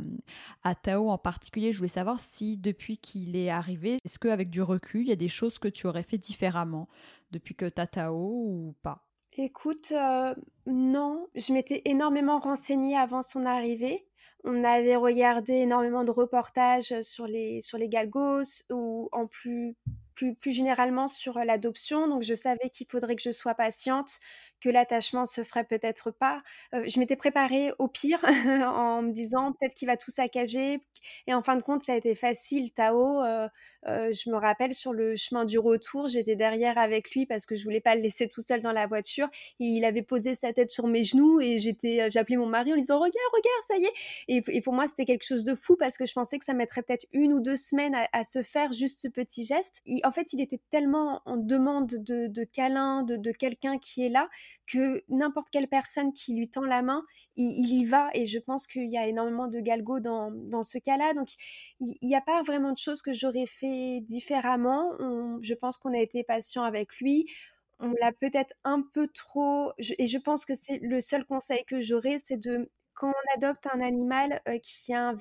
à Tao en particulier, je voulais savoir si, depuis qu'il est arrivé, est-ce qu'avec du recul, il y a des choses que tu aurais fait différemment depuis que t'as Tao ou pas? Écoute, non, je m'étais énormément renseignée avant son arrivée. On avait regardé énormément de reportages sur les galgos ou en plus généralement sur, l'adoption, donc je savais qu'il faudrait que je sois patiente, que l'attachement se ferait peut-être pas. Je m'étais préparée au pire en me disant: «Peut-être qu'il va tout saccager» et en fin de compte, ça a été facile. Tao, je me rappelle sur le chemin du retour, j'étais derrière avec lui parce que je voulais pas le laisser tout seul dans la voiture et il avait posé sa tête sur mes genoux et j'appelais mon mari en lui disant: «Regarde, regarde, ça y est!» Et pour moi, c'était quelque chose de fou parce que je pensais que ça mettrait peut-être 1 ou 2 semaines à se faire juste ce petit geste. En fait, il était tellement en demande de câlin, de quelqu'un qui est là, que n'importe quelle personne qui lui tend la main, il y va et je pense qu'il y a énormément de galgo dans ce cas-là. Donc il y a pas vraiment de choses que j'aurais fait différemment. Je pense qu'on a été patient avec lui. On l'a peut-être un peu trop et je pense que c'est le seul conseil que j'aurais, c'est de quand on adopte un animal, qui a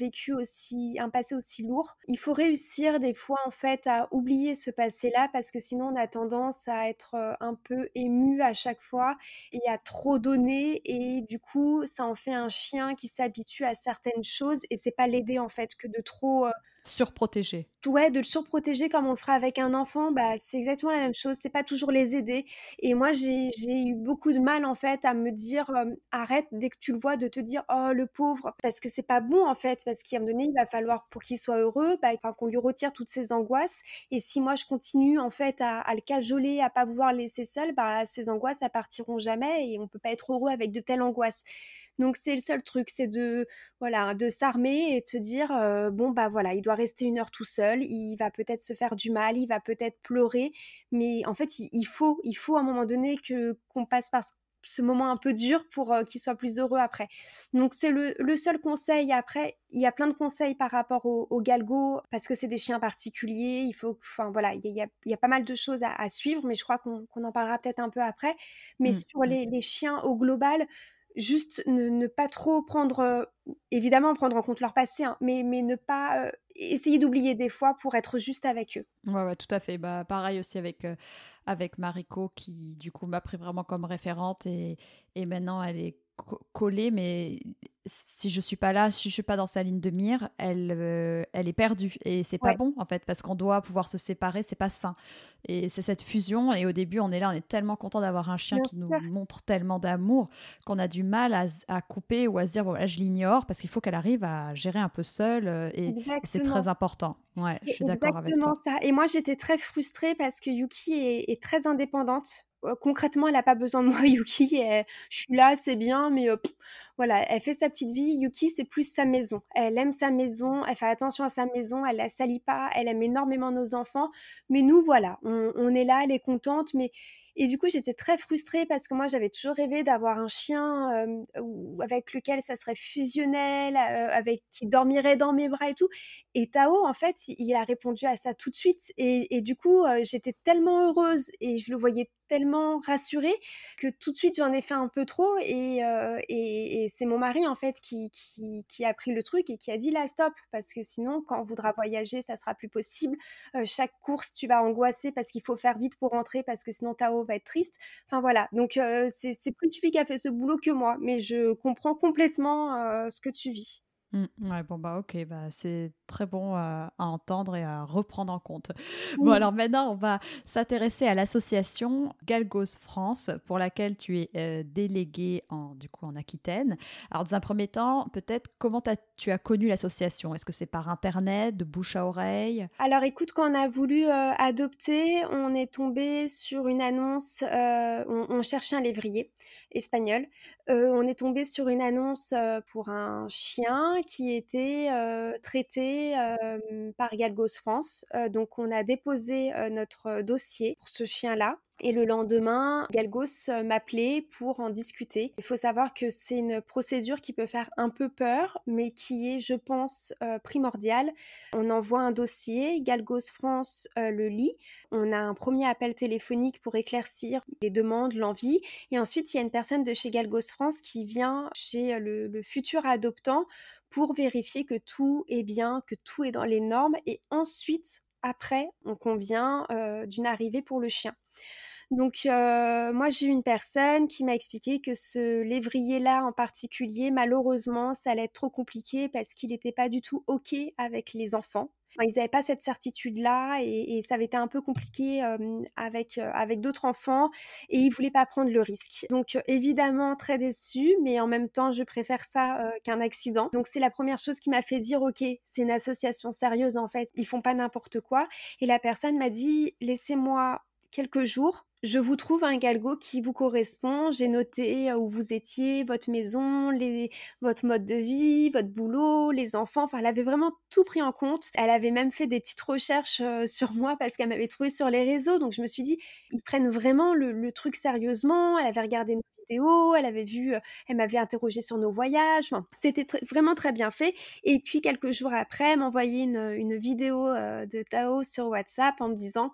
un passé aussi lourd, il faut réussir des fois, en fait, à oublier ce passé-là parce que sinon on a tendance à être, un peu ému à chaque fois et à trop donner et du coup, ça en fait un chien qui s'habitue à certaines choses et c'est pas l'aider, en fait, que de trop, Surprotégé. ouais, de le surprotéger comme on le ferait avec un enfant, bah, c'est exactement la même chose, c'est pas toujours les aider et moi j'ai eu beaucoup de mal, en fait, à me dire, «Arrête dès que tu le vois de te dire: "Oh le pauvre"» parce que c'est pas bon, en fait, parce qu'à un moment donné, il va falloir pour qu'il soit heureux, bah, enfin qu'on lui retire toutes ses angoisses et si moi je continue, en fait, à le cajoler, à pas vouloir le laisser seul, bah, ces angoisses, elles partiront jamais et on peut pas être heureux avec de telles angoisses. Donc c'est le seul truc, c'est de voilà, de s'armer et de se dire, «Bon, bah, voilà, il doit rester 1 heure tout seul, il va peut-être se faire du mal, il va peut-être pleurer», mais en fait, il faut à un moment donné qu'on passe par ce moment un peu dur pour, qu'il soit plus heureux après. Donc c'est le seul conseil. Après, il y a plein de conseils par rapport aux galgos parce que c'est des chiens particuliers, il faut enfin voilà, il y a pas mal de choses à suivre, mais je crois qu'on en parlera peut-être un peu après. Mais Mmh, sur mmh. les chiens au global, juste ne pas trop prendre, évidemment prendre en compte leur passé, hein, mais ne pas, essayer d'oublier des fois pour être juste avec eux. Ouais, ouais, tout à fait. Bah, pareil aussi avec Mariko qui, du coup, m'a pris vraiment comme référente et maintenant elle est collée, mais si je suis pas là, si je suis pas dans sa ligne de mire, elle est perdue. Et c'est pas Ouais, bon, en fait, parce qu'on doit pouvoir se séparer, c'est pas sain. Et c'est cette fusion. Et au début, on est là, on est tellement content d'avoir un chien bien qui nous sûr, montre tellement d'amour qu'on a du mal à couper ou à se dire, bon, là, je l'ignore parce qu'il faut qu'elle arrive à gérer un peu seule. Et c'est très exactement. important. Ouais, je C'est suis d'accord avec exactement toi. ça et moi, j'étais très frustrée parce que Yuki est très indépendante. Concrètement, elle a pas besoin de moi, Yuki, je suis là, c'est bien, mais voilà, elle fait sa petite vie. Yuki, c'est plus sa maison. Elle aime sa maison, elle fait attention à sa maison, elle la salit pas, elle aime énormément nos enfants. Mais nous, voilà, on est là, elle est contente, mais et du coup, j'étais très frustrée parce que moi, j'avais toujours rêvé d'avoir un chien, avec lequel ça serait fusionnel, avec qui dormirait dans mes bras et tout et Tao, en fait, il a répondu à ça tout de suite et du coup, j'étais tellement heureuse et je le voyais tellement rassurée que tout de suite j'en ai fait un peu trop et c'est mon mari en fait qui a pris le truc et qui a dit: «Là stop, parce que sinon quand on voudra voyager, ça sera plus possible. Chaque course, tu vas angoisser parce qu'il faut faire vite pour rentrer parce que sinon Tao va être triste». Enfin voilà, donc c'est plus lui qui a fait ce boulot que moi, mais je comprends complètement, ce que tu vis. Ouais, bon, bah, OK, bah, c'est très bon, à entendre et à reprendre en compte. Bon, Mmh. alors maintenant, on va s'intéresser à l'association Galgos France, pour laquelle tu es, déléguée en Aquitaine. Alors, dans un premier temps, peut-être, comment tu as connu l'association? Est-ce que c'est par internet, de bouche à oreille? Alors écoute, quand on a voulu, adopter, on est tombé sur une annonce, on cherchait un lévrier espagnol. On est tombé sur une annonce, pour un chien qui était, traité, par Galgos France. Donc on a déposé, notre dossier pour ce chien-là et le lendemain, Galgos, m'appelait pour en discuter. Il faut savoir que c'est une procédure qui peut faire un peu peur, mais qui est, je pense, primordiale. On envoie un dossier, Galgos France le lit, on a un premier appel téléphonique pour éclaircir les demandes, l'envie, et ensuite il y a une personne de chez Galgos France qui vient chez le futur adoptant pour vérifier que tout est bien, que tout est dans les normes, et ensuite, après, on convient d'une arrivée pour le chien. Donc, moi, j'ai eu une personne qui m'a expliqué que ce lévrier-là en particulier, malheureusement, ça allait être trop compliqué parce qu'il n'était pas du tout OK avec les enfants. Enfin, ils n'avaient pas cette certitude-là et ça avait été un peu compliqué avec d'autres enfants et ils ne voulaient pas prendre le risque. Donc, évidemment, très déçue, mais en même temps, je préfère ça qu'un accident. Donc, c'est la première chose qui m'a fait dire, OK, c'est une association sérieuse en fait, ils font pas n'importe quoi. Et la personne m'a dit, laissez-moi quelques jours, je vous trouve un galgo qui vous correspond. J'ai noté où vous étiez, votre maison, votre mode de vie, votre boulot, les enfants. Enfin, elle avait vraiment tout pris en compte. Elle avait même fait des petites recherches sur moi parce qu'elle m'avait trouvé sur les réseaux. Donc, je me suis dit, ils prennent vraiment le truc sérieusement. Elle avait regardé nos vidéos, elle avait vu, elle m'avait interrogé sur nos voyages. Enfin, c'était vraiment très bien fait. Et puis, quelques jours après, elle m'envoyait une vidéo de Tao sur WhatsApp en me disant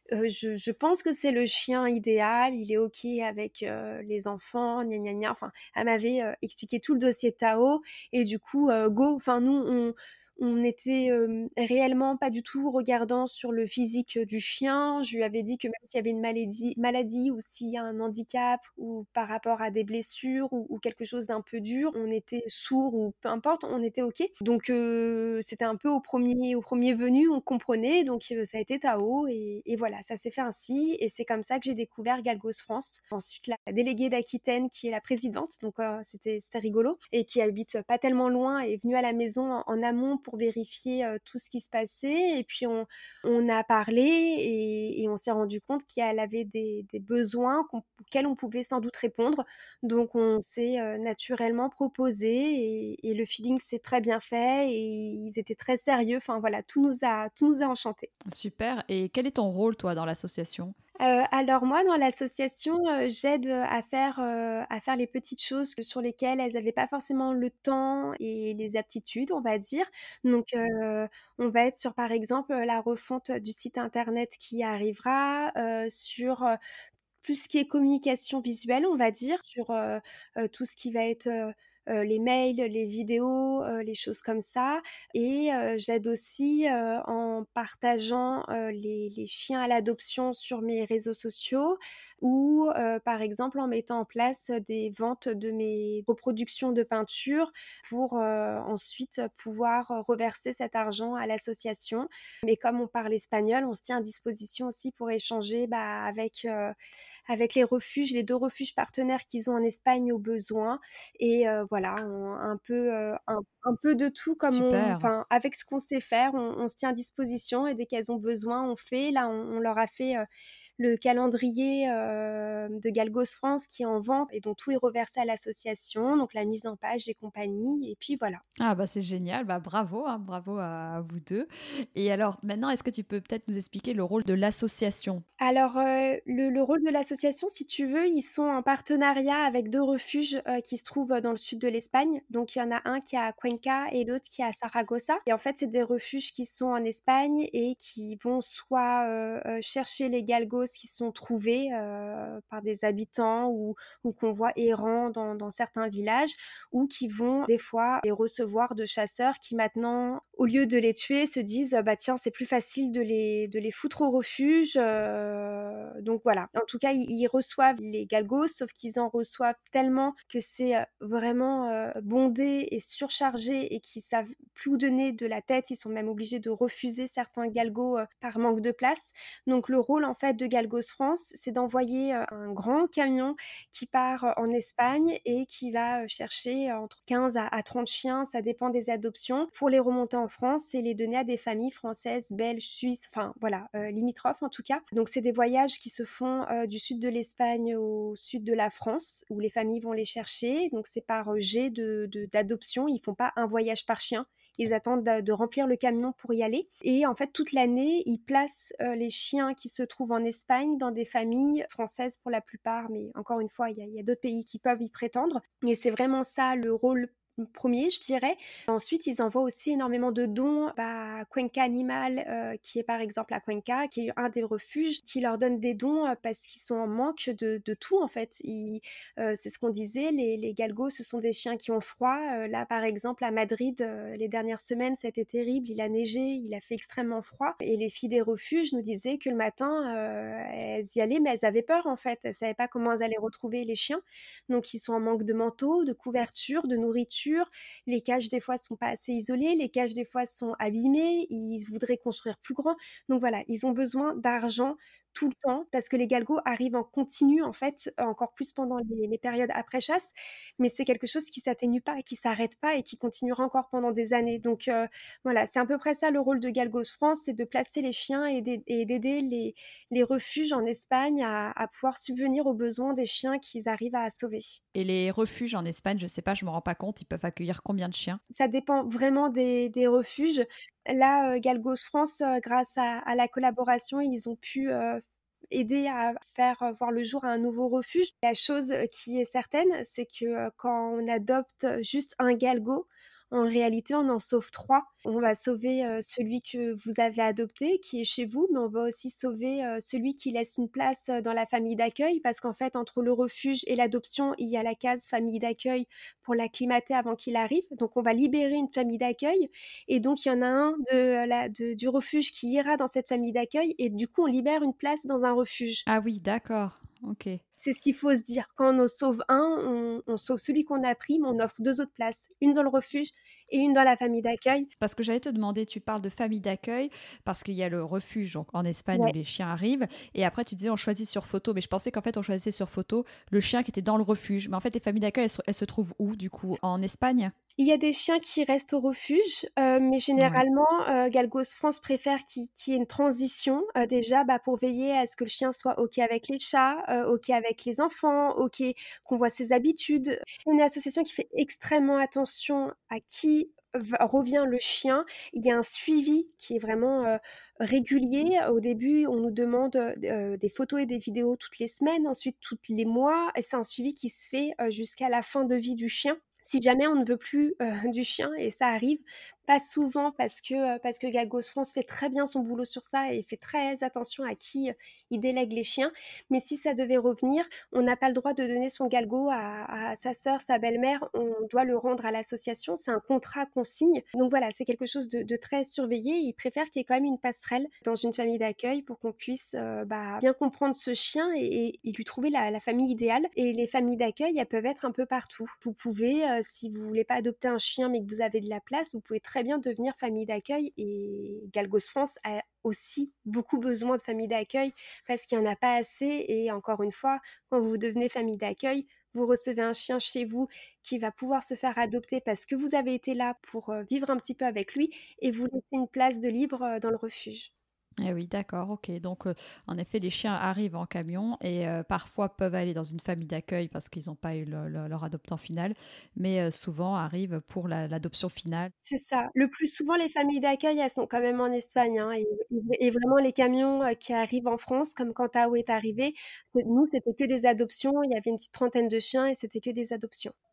je pense que c'est le chien idéal, il est OK avec, les enfants, gna gna gna. Enfin, elle m'avait, expliqué tout le dossier Tao et du coup, go. Enfin, nous, on était, réellement pas du tout regardant sur le physique, du chien. Je lui avais dit que même s'il y avait une maladie ou s'il y a un handicap ou par rapport à des blessures ou quelque chose d'un peu dur, on était sourd ou peu importe, on était OK. Donc c'était un peu au premier venu, on comprenait, donc ça a été Tao et voilà, ça s'est fait ainsi et c'est comme ça que j'ai découvert Galgos France. Ensuite, la déléguée d'Aquitaine qui est la présidente, donc c'était rigolo et qui habite pas tellement loin est venue à la maison en amont pour vérifier tout ce qui se passait. Et puis on a parlé et on s'est rendu compte qu'elle avait des besoins auxquels on pouvait sans doute répondre. Donc on s'est naturellement proposé et le feeling s'est très bien fait et ils étaient très sérieux. Enfin voilà, tout nous a enchantés. Super, et quel est ton rôle, toi, dans l'association? Alors moi, dans l'association, j'aide, à faire les petites choses sur lesquelles elles avaient pas forcément le temps et les aptitudes, on va dire. Donc, on va être sur, par exemple, la refonte du site internet qui arrivera, sur, tout ce qui est communication visuelle, on va dire, sur, tout ce qui va être, les mails, les vidéos, les choses comme ça et j'aide aussi, en partageant, les chiens à l'adoption sur mes réseaux sociaux ou par exemple, en mettant en place des ventes de mes reproductions de peinture pour, ensuite pouvoir reverser cet argent à l'association. Mais comme on parle espagnol, on se tient à disposition aussi pour échanger, bah, avec les 2 refuges partenaires qu'ils ont en Espagne au besoin et voilà, un peu de tout comme Super. avec ce qu'on sait faire, on se tient à disposition et dès qu'elles ont besoin, on fait. Là, on leur a fait, le calendrier, de Galgos France qui est en vente et dont tout est reversé à l'association, donc la mise en page et compagnie et puis voilà. Ah bah, c'est génial, bah, bravo, hein, bravo à vous 2. Et alors maintenant, est-ce que tu peux peut-être nous expliquer le rôle de l'association? Alors, le rôle de l'association, si tu veux, ils sont en partenariat avec 2 refuges, qui se trouvent, dans le sud de l'Espagne. Donc il y en a un qui est à Cuenca et l'autre qui est à Saragossa et en fait, c'est des refuges qui sont en Espagne et qui vont soit, chercher les galgos galgos qui sont trouvés par des habitants ou qu'on voit errant dans certains villages, ou qui vont des fois les recevoir de chasseurs qui maintenant, au lieu de les tuer, se disent bah tiens, c'est plus facile de les foutre au refuge. Donc voilà. En tout cas, ils reçoivent les galgos, sauf qu'ils en reçoivent tellement que c'est vraiment bondé et surchargé et qu'ils savent plus où donner de la tête. Ils sont même obligés de refuser certains galgos par manque de place. Donc le rôle en fait de Galgos France, c'est d'envoyer un grand camion qui part en Espagne et qui va chercher entre 15 à 30 chiens, ça dépend des adoptions, pour les remonter en France et les donner à des familles françaises, belges, suisses, enfin voilà, limitrophes en tout cas. Donc c'est des voyages qui se font du sud de l'Espagne au sud de la France, où les familles vont les chercher. Donc c'est par jet d'adoption, ils font pas un voyage par chien. Ils attendent de remplir le camion pour y aller. Et en fait, toute l'année, ils placent les chiens qui se trouvent en Espagne dans des familles françaises pour la plupart. Mais encore une fois, il y a d'autres pays qui peuvent y prétendre. Et c'est vraiment ça le rôle premier, je dirais. Ensuite, ils envoient aussi énormément de dons à Cuenca Animal, qui est par exemple à Cuenca, qui est un des refuges, qui leur donne des dons parce qu'ils sont en manque de tout en fait. C'est ce qu'on disait, les galgos, ce sont des chiens qui ont froid. Là, par exemple, à Madrid, les dernières semaines, c'était terrible. Il a neigé, il a fait extrêmement froid. Et les filles des refuges nous disaient que le matin, elles y allaient, mais elles avaient peur en fait. Elles ne savaient pas comment elles allaient retrouver les chiens. Donc, ils sont en manque de manteau, de couverture, de nourriture. Les cages des fois sont pas assez isolées, les cages des fois sont abîmées, ils voudraient construire plus grand. Donc voilà, ils ont besoin d'argent tout le temps parce que les galgos arrivent en continu en fait, encore plus pendant les périodes après chasse, mais c'est quelque chose qui s'atténue pas, qui s'arrête pas et qui continuera encore pendant des années. Donc voilà, c'est à peu près ça le rôle de Galgos France, c'est de placer les chiens et d'aider les refuges en Espagne à pouvoir subvenir aux besoins des chiens qu'ils arrivent à sauver. Et les refuges en Espagne, je sais pas, je me rends pas compte, ils peuvent accueillir combien de chiens? Ça dépend vraiment des refuges. Là, Galgos France, grâce à la collaboration, ils ont pu aider à faire voir le jour à un nouveau refuge. La chose qui est certaine, c'est que quand on adopte juste un galgo, en réalité, on en sauve 3. On va sauver celui que vous avez adopté, qui est chez vous, mais on va aussi sauver celui qui laisse une place dans la famille d'accueil, parce qu'en fait, entre le refuge et l'adoption, il y a la case famille d'accueil pour l'acclimater avant qu'il arrive. Donc, on va libérer une famille d'accueil, et donc il y en a un du refuge qui ira dans cette famille d'accueil, et du coup, on libère une place dans un refuge. Ah oui, d'accord, ok. C'est ce qu'il faut se dire. Quand on en sauve un, on sauve celui qu'on a pris, mais on offre 2 autres places. Une dans le refuge et une dans la famille d'accueil. Parce que j'allais te demander, tu parles de famille d'accueil, parce qu'il y a le refuge donc, en Espagne Ouais. où les chiens arrivent, et après tu disais on choisit sur photo, mais je pensais qu'en fait on choisissait sur photo le chien qui était dans le refuge. Mais en fait les familles d'accueil, elles se trouvent où du coup? En Espagne? Il y a des chiens qui restent au refuge, mais Ouais. généralement, Galgos France préfère qu'il y ait une transition, déjà, pour veiller à ce que le chien soit OK avec les chats, OK avec les enfants, OK qu'on voit ses habitudes. C'est une association qui fait extrêmement attention à qui revient le chien. Il y a un suivi qui est vraiment régulier. Au début, on nous demande des photos et des vidéos toutes les semaines, ensuite toutes les mois, et c'est un suivi qui se fait jusqu'à la fin de vie du chien. Si jamais on ne veut plus du chien, et ça arrive pas souvent parce que Galgos France fait très bien son boulot sur ça et fait très attention à qui il délègue les chiens. Mais si ça devait revenir, on n'a pas le droit de donner son galgo à sa sœur, sa belle-mère. On doit le rendre à l'association. C'est un contrat qu'on signe. Donc voilà, c'est quelque chose de très surveillé. Il préfère qu'il y ait quand même une passerelle dans une famille d'accueil pour qu'on puisse bien comprendre ce chien et lui trouver la famille idéale. Et les familles d'accueil, elles peuvent être un peu partout. Vous pouvez, si vous voulez pas adopter un chien mais que vous avez de la place, vous pouvez très bien devenir famille d'accueil, et Galgos France a aussi beaucoup besoin de famille d'accueil parce qu'il n'y en a pas assez. Et encore une fois, quand vous devenez famille d'accueil, vous recevez un chien chez vous qui va pouvoir se faire adopter parce que vous avez été là pour vivre un petit peu avec lui, et vous laissez une place de libre dans le refuge. Eh oui, d'accord, ok. Donc, en effet, les chiens arrivent en camion et parfois peuvent aller dans une famille d'accueil parce qu'ils n'ont pas eu leur adoptant final, mais souvent arrivent pour l'adoption finale. C'est ça. Le plus souvent, les familles d'accueil, elles sont quand même en Espagne, hein, et vraiment les camions qui arrivent en France, comme quand Tao est arrivé, nous, c'était que des adoptions. Il y avait une petite trentaine de chiens et c'était que des adoptions.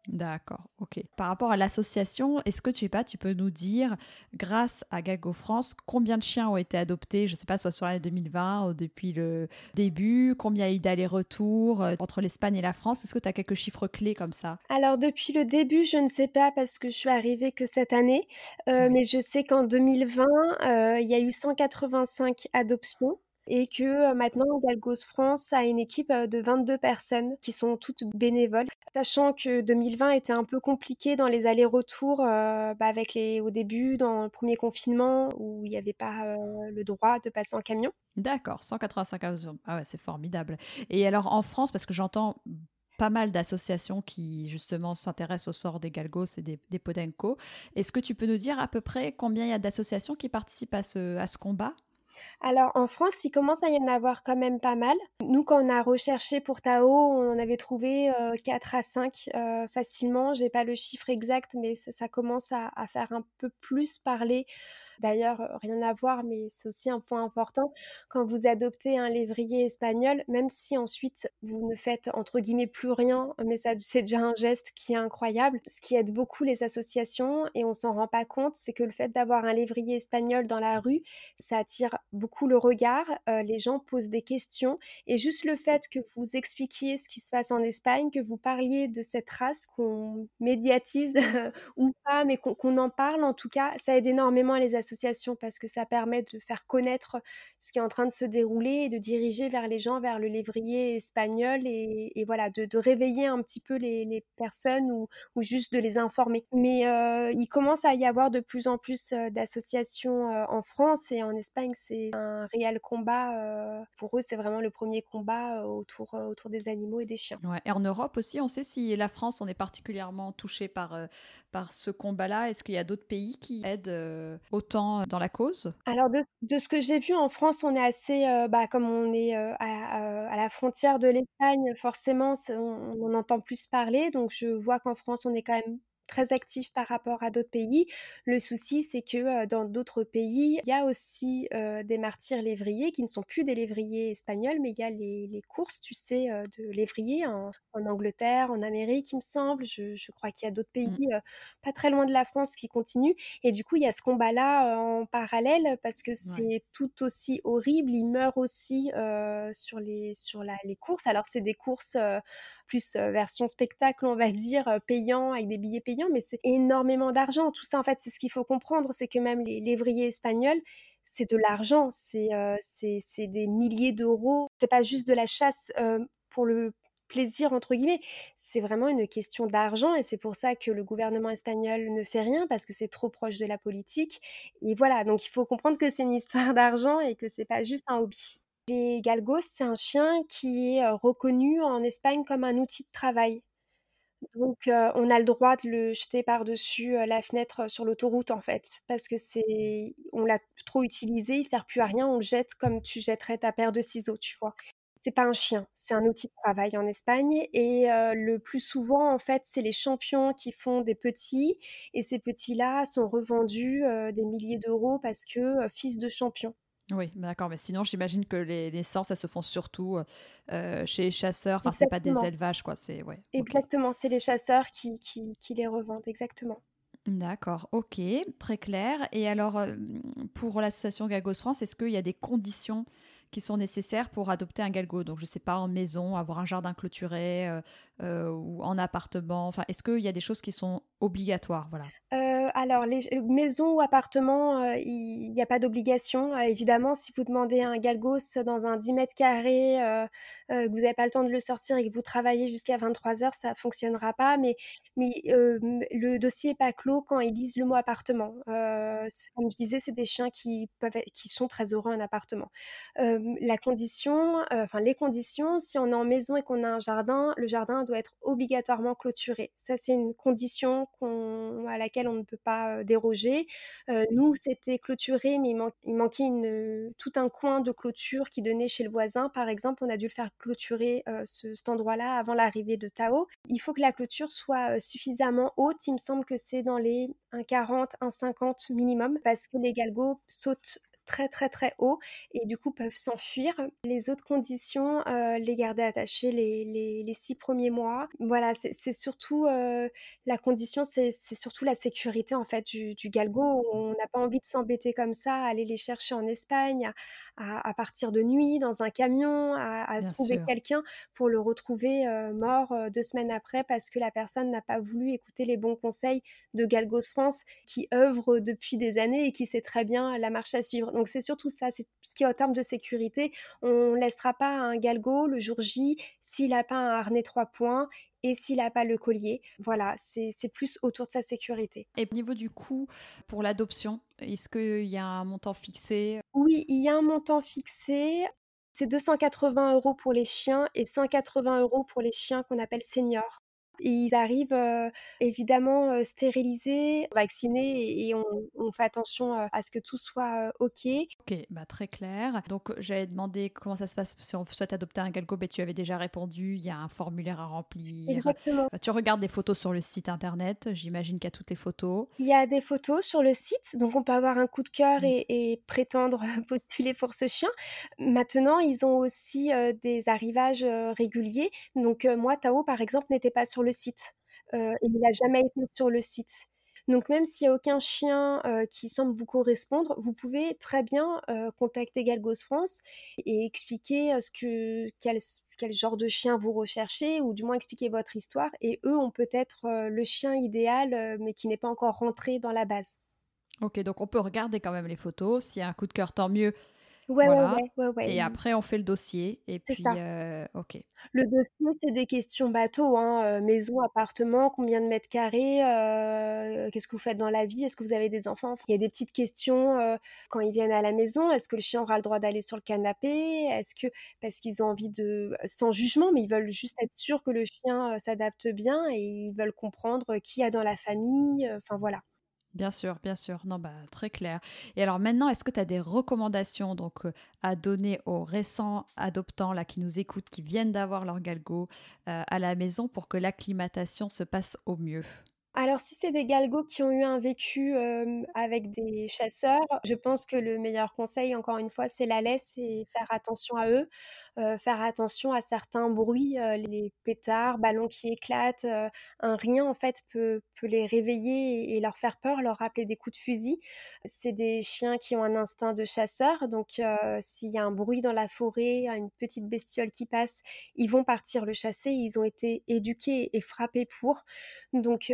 D'accord, ok. Par rapport à l'association, est-ce que tu peux nous dire, grâce à Galgo France, combien de chiens ont été adoptés, je ne sais pas, soit sur l'année 2020 ou depuis le début, combien il y a eu d'allers-retours entre l'Espagne et la France? Est-ce que tu as quelques chiffres clés comme ça? Alors depuis le début, je ne sais pas parce que je suis arrivée que cette année, Oui. mais je sais qu'en 2020, il y a eu 185 adoptions et que, maintenant Galgos France a une équipe, de 22 personnes qui sont toutes bénévoles. Sachant que 2020 était un peu compliqué dans les allers-retours, avec les au début, dans le premier confinement où il y avait pas, le droit de passer en camion. D'accord, 185 adoptions. Ah ouais, c'est formidable. Et alors en France, parce que j'entends pas mal d'associations qui justement s'intéressent au sort des galgos et des podenco, est-ce que tu peux nous dire à peu près combien il y a d'associations qui participent à ce combat? Alors en France, il commence à y en avoir quand même pas mal. Nous, quand on a recherché pour Tao, on en avait trouvé 4 à 5 facilement. J'ai pas le chiffre exact, mais ça commence à faire un peu plus parler. D'ailleurs, rien à voir, mais c'est aussi un point important. Quand vous adoptez un lévrier espagnol, même si ensuite vous ne faites entre guillemets plus rien, mais ça, c'est déjà un geste qui est incroyable. Ce qui aide beaucoup les associations, et on s'en rend pas compte, c'est que le fait d'avoir un lévrier espagnol dans la rue, ça attire beaucoup le regard, les gens posent des questions et juste le fait que vous expliquiez ce qui se passe en Espagne, que vous parliez de cette race, qu'on médiatise ou pas, mais qu'on en parle en tout cas, ça aide énormément les associations parce que ça permet de faire connaître ce qui est en train de se dérouler et de diriger vers les gens, vers le lévrier espagnol et voilà, de réveiller un petit peu les personnes ou juste de les informer. Mais il commence à y avoir de plus en plus d'associations en France et en Espagne, c'est un réel combat. Pour eux, c'est vraiment le premier combat autour des animaux et des chiens. Ouais. Et en Europe aussi, on sait si la France on est particulièrement touché par ce combat-là. Est-ce qu'il y a d'autres pays qui aident autant dans la cause? Alors de ce que j'ai vu en France, on est assez, comme on est, à la frontière de l'Espagne, forcément on en entend plus parler, donc je vois qu'en France, on est quand même très actif par rapport à d'autres pays. Le souci, c'est que, dans d'autres pays, il y a aussi, des martyrs lévriers qui ne sont plus des lévriers espagnols, mais il y a les courses, tu sais, de lévriers en Angleterre, en Amérique, il me semble. Je crois qu'il y a d'autres pays, Mm. pas très loin de la France qui continuent et du coup, il y a ce combat-là, en parallèle parce que Ouais. c'est tout aussi horrible. Ils meurent aussi, sur les courses. Alors c'est des courses, plus, version spectacle, on va dire, payant avec des billets payants, mais c'est énormément d'argent. Tout ça, en fait, c'est ce qu'il faut comprendre, c'est que même les lévriers espagnols, c'est de l'argent, c'est des milliers d'euros. C'est pas juste de la chasse, pour le «plaisir» entre guillemets, c'est vraiment une question d'argent et c'est pour ça que le gouvernement espagnol ne fait rien parce que c'est trop proche de la politique et voilà, donc il faut comprendre que c'est une histoire d'argent et que c'est pas juste un hobby. Les galgos, c'est un chien qui est, reconnu en Espagne comme un outil de travail. Donc on a le droit de le jeter par-dessus, la fenêtre, sur l'autoroute, en fait, parce que c'est on l'a trop utilisé, il sert plus à rien, on le jette comme tu jetterais ta paire de ciseaux, tu vois? C'est pas un chien, c'est un outil de travail en Espagne et le plus souvent, en fait, c'est les champions qui font des petits et ces petits-là sont revendus, des milliers d'euros parce que, fils de champions. Oui, d'accord. Mais sinon, j'imagine que les naissances, elles se font surtout chez les chasseurs. Enfin, c'est pas des Exactement, élevages, quoi. C'est ouais. Ok. exactement, c'est les chasseurs qui les revendent, exactement. D'accord, ok, très clair. Et alors, pour l'association Galgos France, est-ce qu'il y a des conditions qui sont nécessaires pour adopter un galgo? Donc, je ne sais pas, en maison, avoir un jardin clôturé ou en appartement. Enfin, est-ce qu'il y a des choses qui sont obligatoires? Voilà. Alors les maisons ou appartements, il y a pas d'obligation. Évidemment, si vous demandez un galgos dans un 10 carrés, que vous avez pas le temps de le sortir et que vous travaillez jusqu'à 23 heures, ça fonctionnera pas. Mais le dossier est pas clos quand ils disent le mot appartement. C'est comme je disais, c'est des chiens qui sont très heureux en appartement. La condition, enfin les conditions, si on est en maison et qu'on a un jardin, le jardin doit être obligatoirement clôturé. Ça, c'est une condition à laquelle on ne peut pas déroger. Nous, c'était clôturé, mais il manquait tout un coin de clôture qui donnait chez le voisin. Par exemple, on a dû le faire clôturer cet endroit-là avant l'arrivée de Tao. Il faut que la clôture soit suffisamment haute. Il me semble que c'est dans les 1,40, 1,50 minimum, parce que les galgos sautent très, très, très haut et du coup peuvent s'enfuir. Les autres conditions, les garder attachés les 6 premiers mois. Voilà, c'est surtout, la condition, c'est surtout la sécurité en fait du galgo. On n'a pas envie de s'embêter comme ça, à aller les chercher en Espagne, à partir de nuit dans un camion, à Bien trouver sûr. quelqu'un pour le retrouver, mort, 2 semaines après parce que la personne n'a pas voulu écouter les bons conseils de Galgos France qui œuvre depuis des années et qui sait très bien la marche à suivre. Donc c'est surtout ça, c'est ce qui est en termes de sécurité. On ne laissera pas un galgo le jour J s'il n'a pas un harnais 3 points et s'il n'a pas le collier. Voilà, c'est plus autour de sa sécurité. Et au niveau du coût pour l'adoption, est-ce qu'il y a un montant fixé? Oui, il y a un montant fixé. C'est 280 € pour les chiens et 180 € pour les chiens qu'on appelle seniors. Ils arrivent, évidemment, stérilisés, vaccinés et on fait attention, à ce que tout soit, OK. OK, bah, très clair. Donc, j'allais demander comment ça se passe si on souhaite adopter un galgo, mais tu avais déjà répondu, il y a un formulaire à remplir. Exactement. Tu regardes des photos sur le site internet, j'imagine qu'il y a toutes les photos. Il y a des photos sur le site, donc on peut avoir un coup de cœur Mmh. et prétendre postuler pour ce chien. Maintenant, ils ont aussi, des arrivages, réguliers. Donc, moi, Tao, par exemple, n'était pas sur le site, et il n'a jamais été sur le site. Donc même s'il y a aucun chien, qui semble vous correspondre, vous pouvez très bien, contacter Galgos France et expliquer, quel genre de chien vous recherchez ou du moins expliquer votre histoire et eux ont peut-être, le chien idéal, mais qui n'est pas encore rentré dans la base. OK, donc on peut regarder quand même les photos. S'il y a un coup de cœur, tant mieux. Ouais, ouais, Voilà. ouais, ouais, ouais, Et après, on fait le dossier. Et c'est puis, ça. OK. Le dossier, c'est des questions bateau, hein, maison, appartement, combien de mètres carrés, qu'est-ce que vous faites dans la vie? Est-ce que vous avez des enfants? Enfin, il y a des petites questions, quand ils viennent à la maison. Est-ce que le chien aura le droit d'aller sur le canapé? Est-ce que parce qu'ils ont envie de sans jugement, mais ils veulent juste être sûrs que le chien, s'adapte bien et ils veulent comprendre, qui y a dans la famille, enfin voilà. Bien sûr, bien sûr. Non, bah, très clair. Et alors maintenant, est-ce que tu as des recommandations donc, à donner aux récents adoptants là, qui nous écoutent, qui viennent d'avoir leur galgo à la maison pour que l'acclimatation se passe au mieux? Alors si c'est des galgos qui ont eu un vécu, avec des chasseurs, je pense que le meilleur conseil, encore une fois, c'est la laisse et faire attention à eux, faire attention à certains bruits, les pétards, ballons qui éclatent, un rien en fait peut les réveiller et leur faire peur, leur rappeler des coups de fusil. C'est des chiens qui ont un instinct de chasseur, donc s'il y a un bruit dans la forêt, une petite bestiole qui passe, ils vont partir le chasser. Ils ont été éduqués et frappés pour. Donc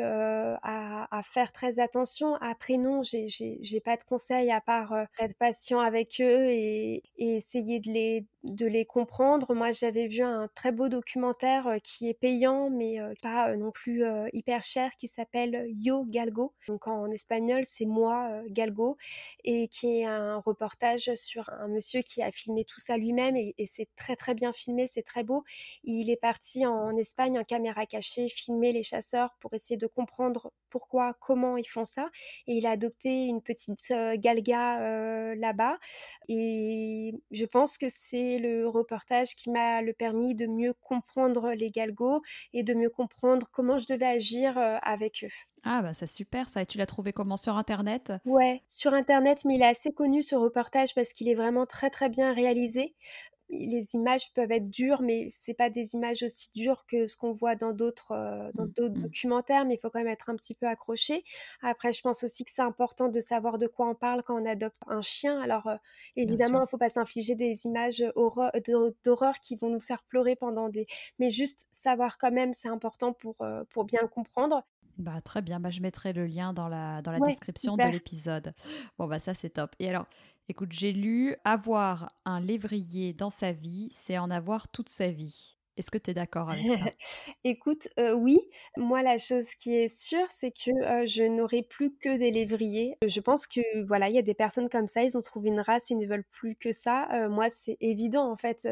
à faire très attention. Après non, j'ai pas de conseils à part, être patient avec eux et essayer de les comprendre. Moi, j'avais vu un très beau documentaire, qui est payant mais pas, non plus, hyper cher qui s'appelle Yo Galgo. Donc en espagnol, c'est moi, Galgo et qui est un reportage sur un monsieur qui a filmé tout ça lui-même et c'est très, très bien filmé, c'est très beau. Il est parti en Espagne en caméra cachée, filmer les chasseurs pour essayer de comprendre pourquoi, comment ils font ça et il a adopté une petite, galga, là-bas et je pense que c'est le reportage qui m'a le permis de mieux comprendre les galgos et de mieux comprendre comment je devais agir, avec eux. Ah, bah, c'est super ça. Et tu l'as trouvé comment sur internet? Ouais, sur internet, mais il est assez connu ce reportage parce qu'il est vraiment très, très bien réalisé. Les images peuvent être dures, mais c'est pas des images aussi dures que ce qu'on voit dans Mmh, d'autres mmh. documentaires, mais il faut quand même être un petit peu accroché. Après, je pense aussi que c'est important de savoir de quoi on parle quand on adopte un chien. Alors, Bien évidemment, sûr. il faut pas s'infliger des images d'horreur qui vont nous faire pleurer pendant des mais juste savoir quand même, c'est important pour bien le comprendre. Bah, très bien, bah, je mettrai le lien dans la Ouais, description de super. l'épisode. Bon, bah, ça, c'est top. Et alors, écoute, j'ai lu: «Avoir un lévrier dans sa vie, c'est en avoir toute sa vie». Est-ce que tu es d'accord avec ça? Écoute, oui. Moi, la chose qui est sûre, c'est que, je n'aurai plus que des lévriers. Je pense que, voilà, il y a des personnes comme ça, ils ont trouvé une race, ils ne veulent plus que ça. Moi, c'est évident, en fait,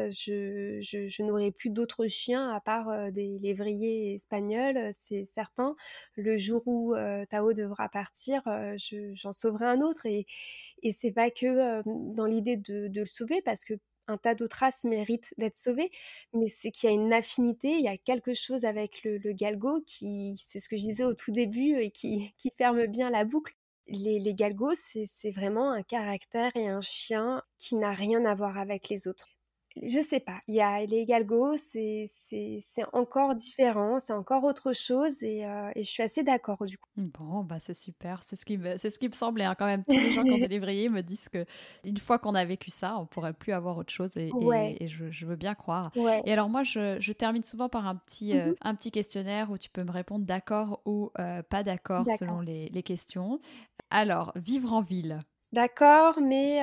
je n'aurai plus d'autres chiens à part, des lévriers espagnols, c'est certain. Le jour où, Tao devra partir, j'en sauverai un autre et c'est pas que, dans l'idée de le sauver parce qu'un tas d'autres races méritent d'être sauvées, mais c'est qu'il y a une affinité, il y a quelque chose avec le galgo qui c'est ce que je disais au tout début et qui ferme bien la boucle. Les galgos, c'est vraiment un caractère et un chien qui n'a rien à voir avec les autres. Je sais pas, il y a les galgos, c'est encore différent, c'est encore autre chose et je suis assez d'accord du coup. Bon, bah, c'est super, c'est ce qui me semblait, hein, quand même. Tous les gens qui ont des lévriers me disent qu'une fois qu'on a vécu ça, on pourrait plus avoir autre chose et Ouais, je veux bien croire. ouais. Et alors moi, je termine souvent par Mmh. un petit questionnaire où tu peux me répondre d'accord ou pas d'accord selon D'accord. les questions. Alors, vivre en ville. D'accord, mais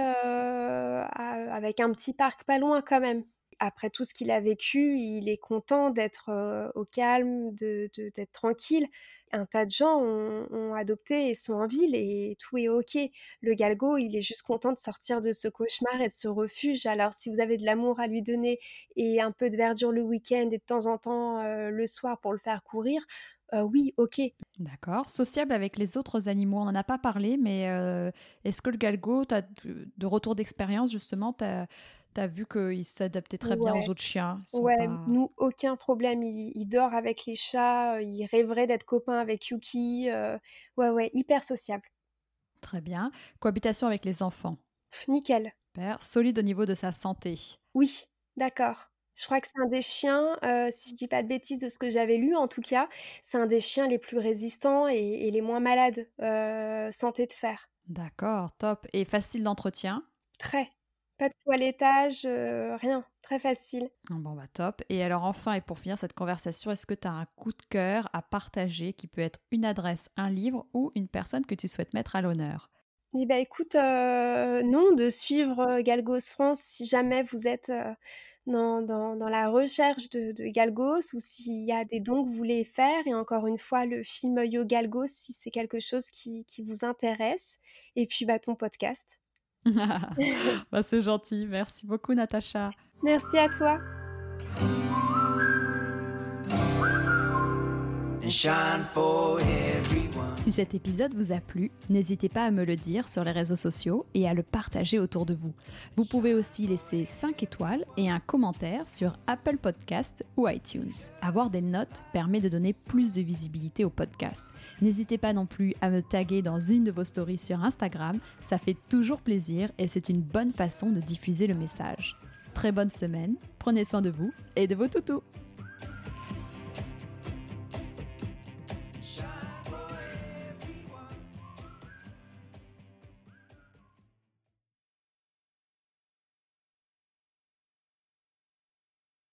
avec un petit parc pas loin quand même. Après tout ce qu'il a vécu, il est content d'être, au calme, d'être tranquille. Un tas de gens ont adopté et sont en ville et tout est OK. Le galgo, il est juste content de sortir de ce cauchemar et de ce refuge. Alors si vous avez de l'amour à lui donner et un peu de verdure le week-end et de temps en temps, le soir pour le faire courir, oui, OK. D'accord. Sociable avec les autres animaux, on n'en a pas parlé, mais est-ce que le galgo, de retour d'expérience, justement, t'as vu qu'il s'adaptait très bien aux Ouais. autres chiens? Ils sont Ouais, pas... nous, aucun problème. Il dort avec les chats, il rêverait d'être copain avec Yuki, ouais, ouais, hyper sociable. Très bien. Cohabitation avec les enfants. Nickel. Super. Solide au niveau de sa santé. Oui, d'accord. Je crois que c'est un des chiens, si je dis pas de bêtises de ce que j'avais lu en tout cas, c'est un des chiens les plus résistants et les moins malades, santé de fer. D'accord, top. Et facile d'entretien. Très. Pas de toilettage, rien. Très facile. Ah bon, bah top. Et alors enfin, et pour finir cette conversation, est-ce que tu as un coup de cœur à partager qui peut être une adresse, un livre ou une personne que tu souhaites mettre à l'honneur? Eh bah, écoute, non, de suivre, Galgos France si jamais vous êtes, dans la recherche de Galgos ou s'il y a des dons que vous voulez faire et encore une fois le film Yo Galgos si c'est quelque chose qui vous intéresse et puis, bah, ton podcast. Bah, c'est gentil. Merci beaucoup, Natacha. Merci à toi. and shine for everyone. Si cet épisode vous a plu, n'hésitez pas à me le dire sur les réseaux sociaux et à le partager autour de vous. Vous pouvez aussi laisser 5 étoiles et un commentaire sur Apple Podcast ou iTunes. Avoir des notes permet de donner plus de visibilité au podcast. N'hésitez pas non plus à me taguer dans une de vos stories sur Instagram, ça fait toujours plaisir et c'est une bonne façon de diffuser le message. Très bonne semaine, prenez soin de vous et de vos toutous.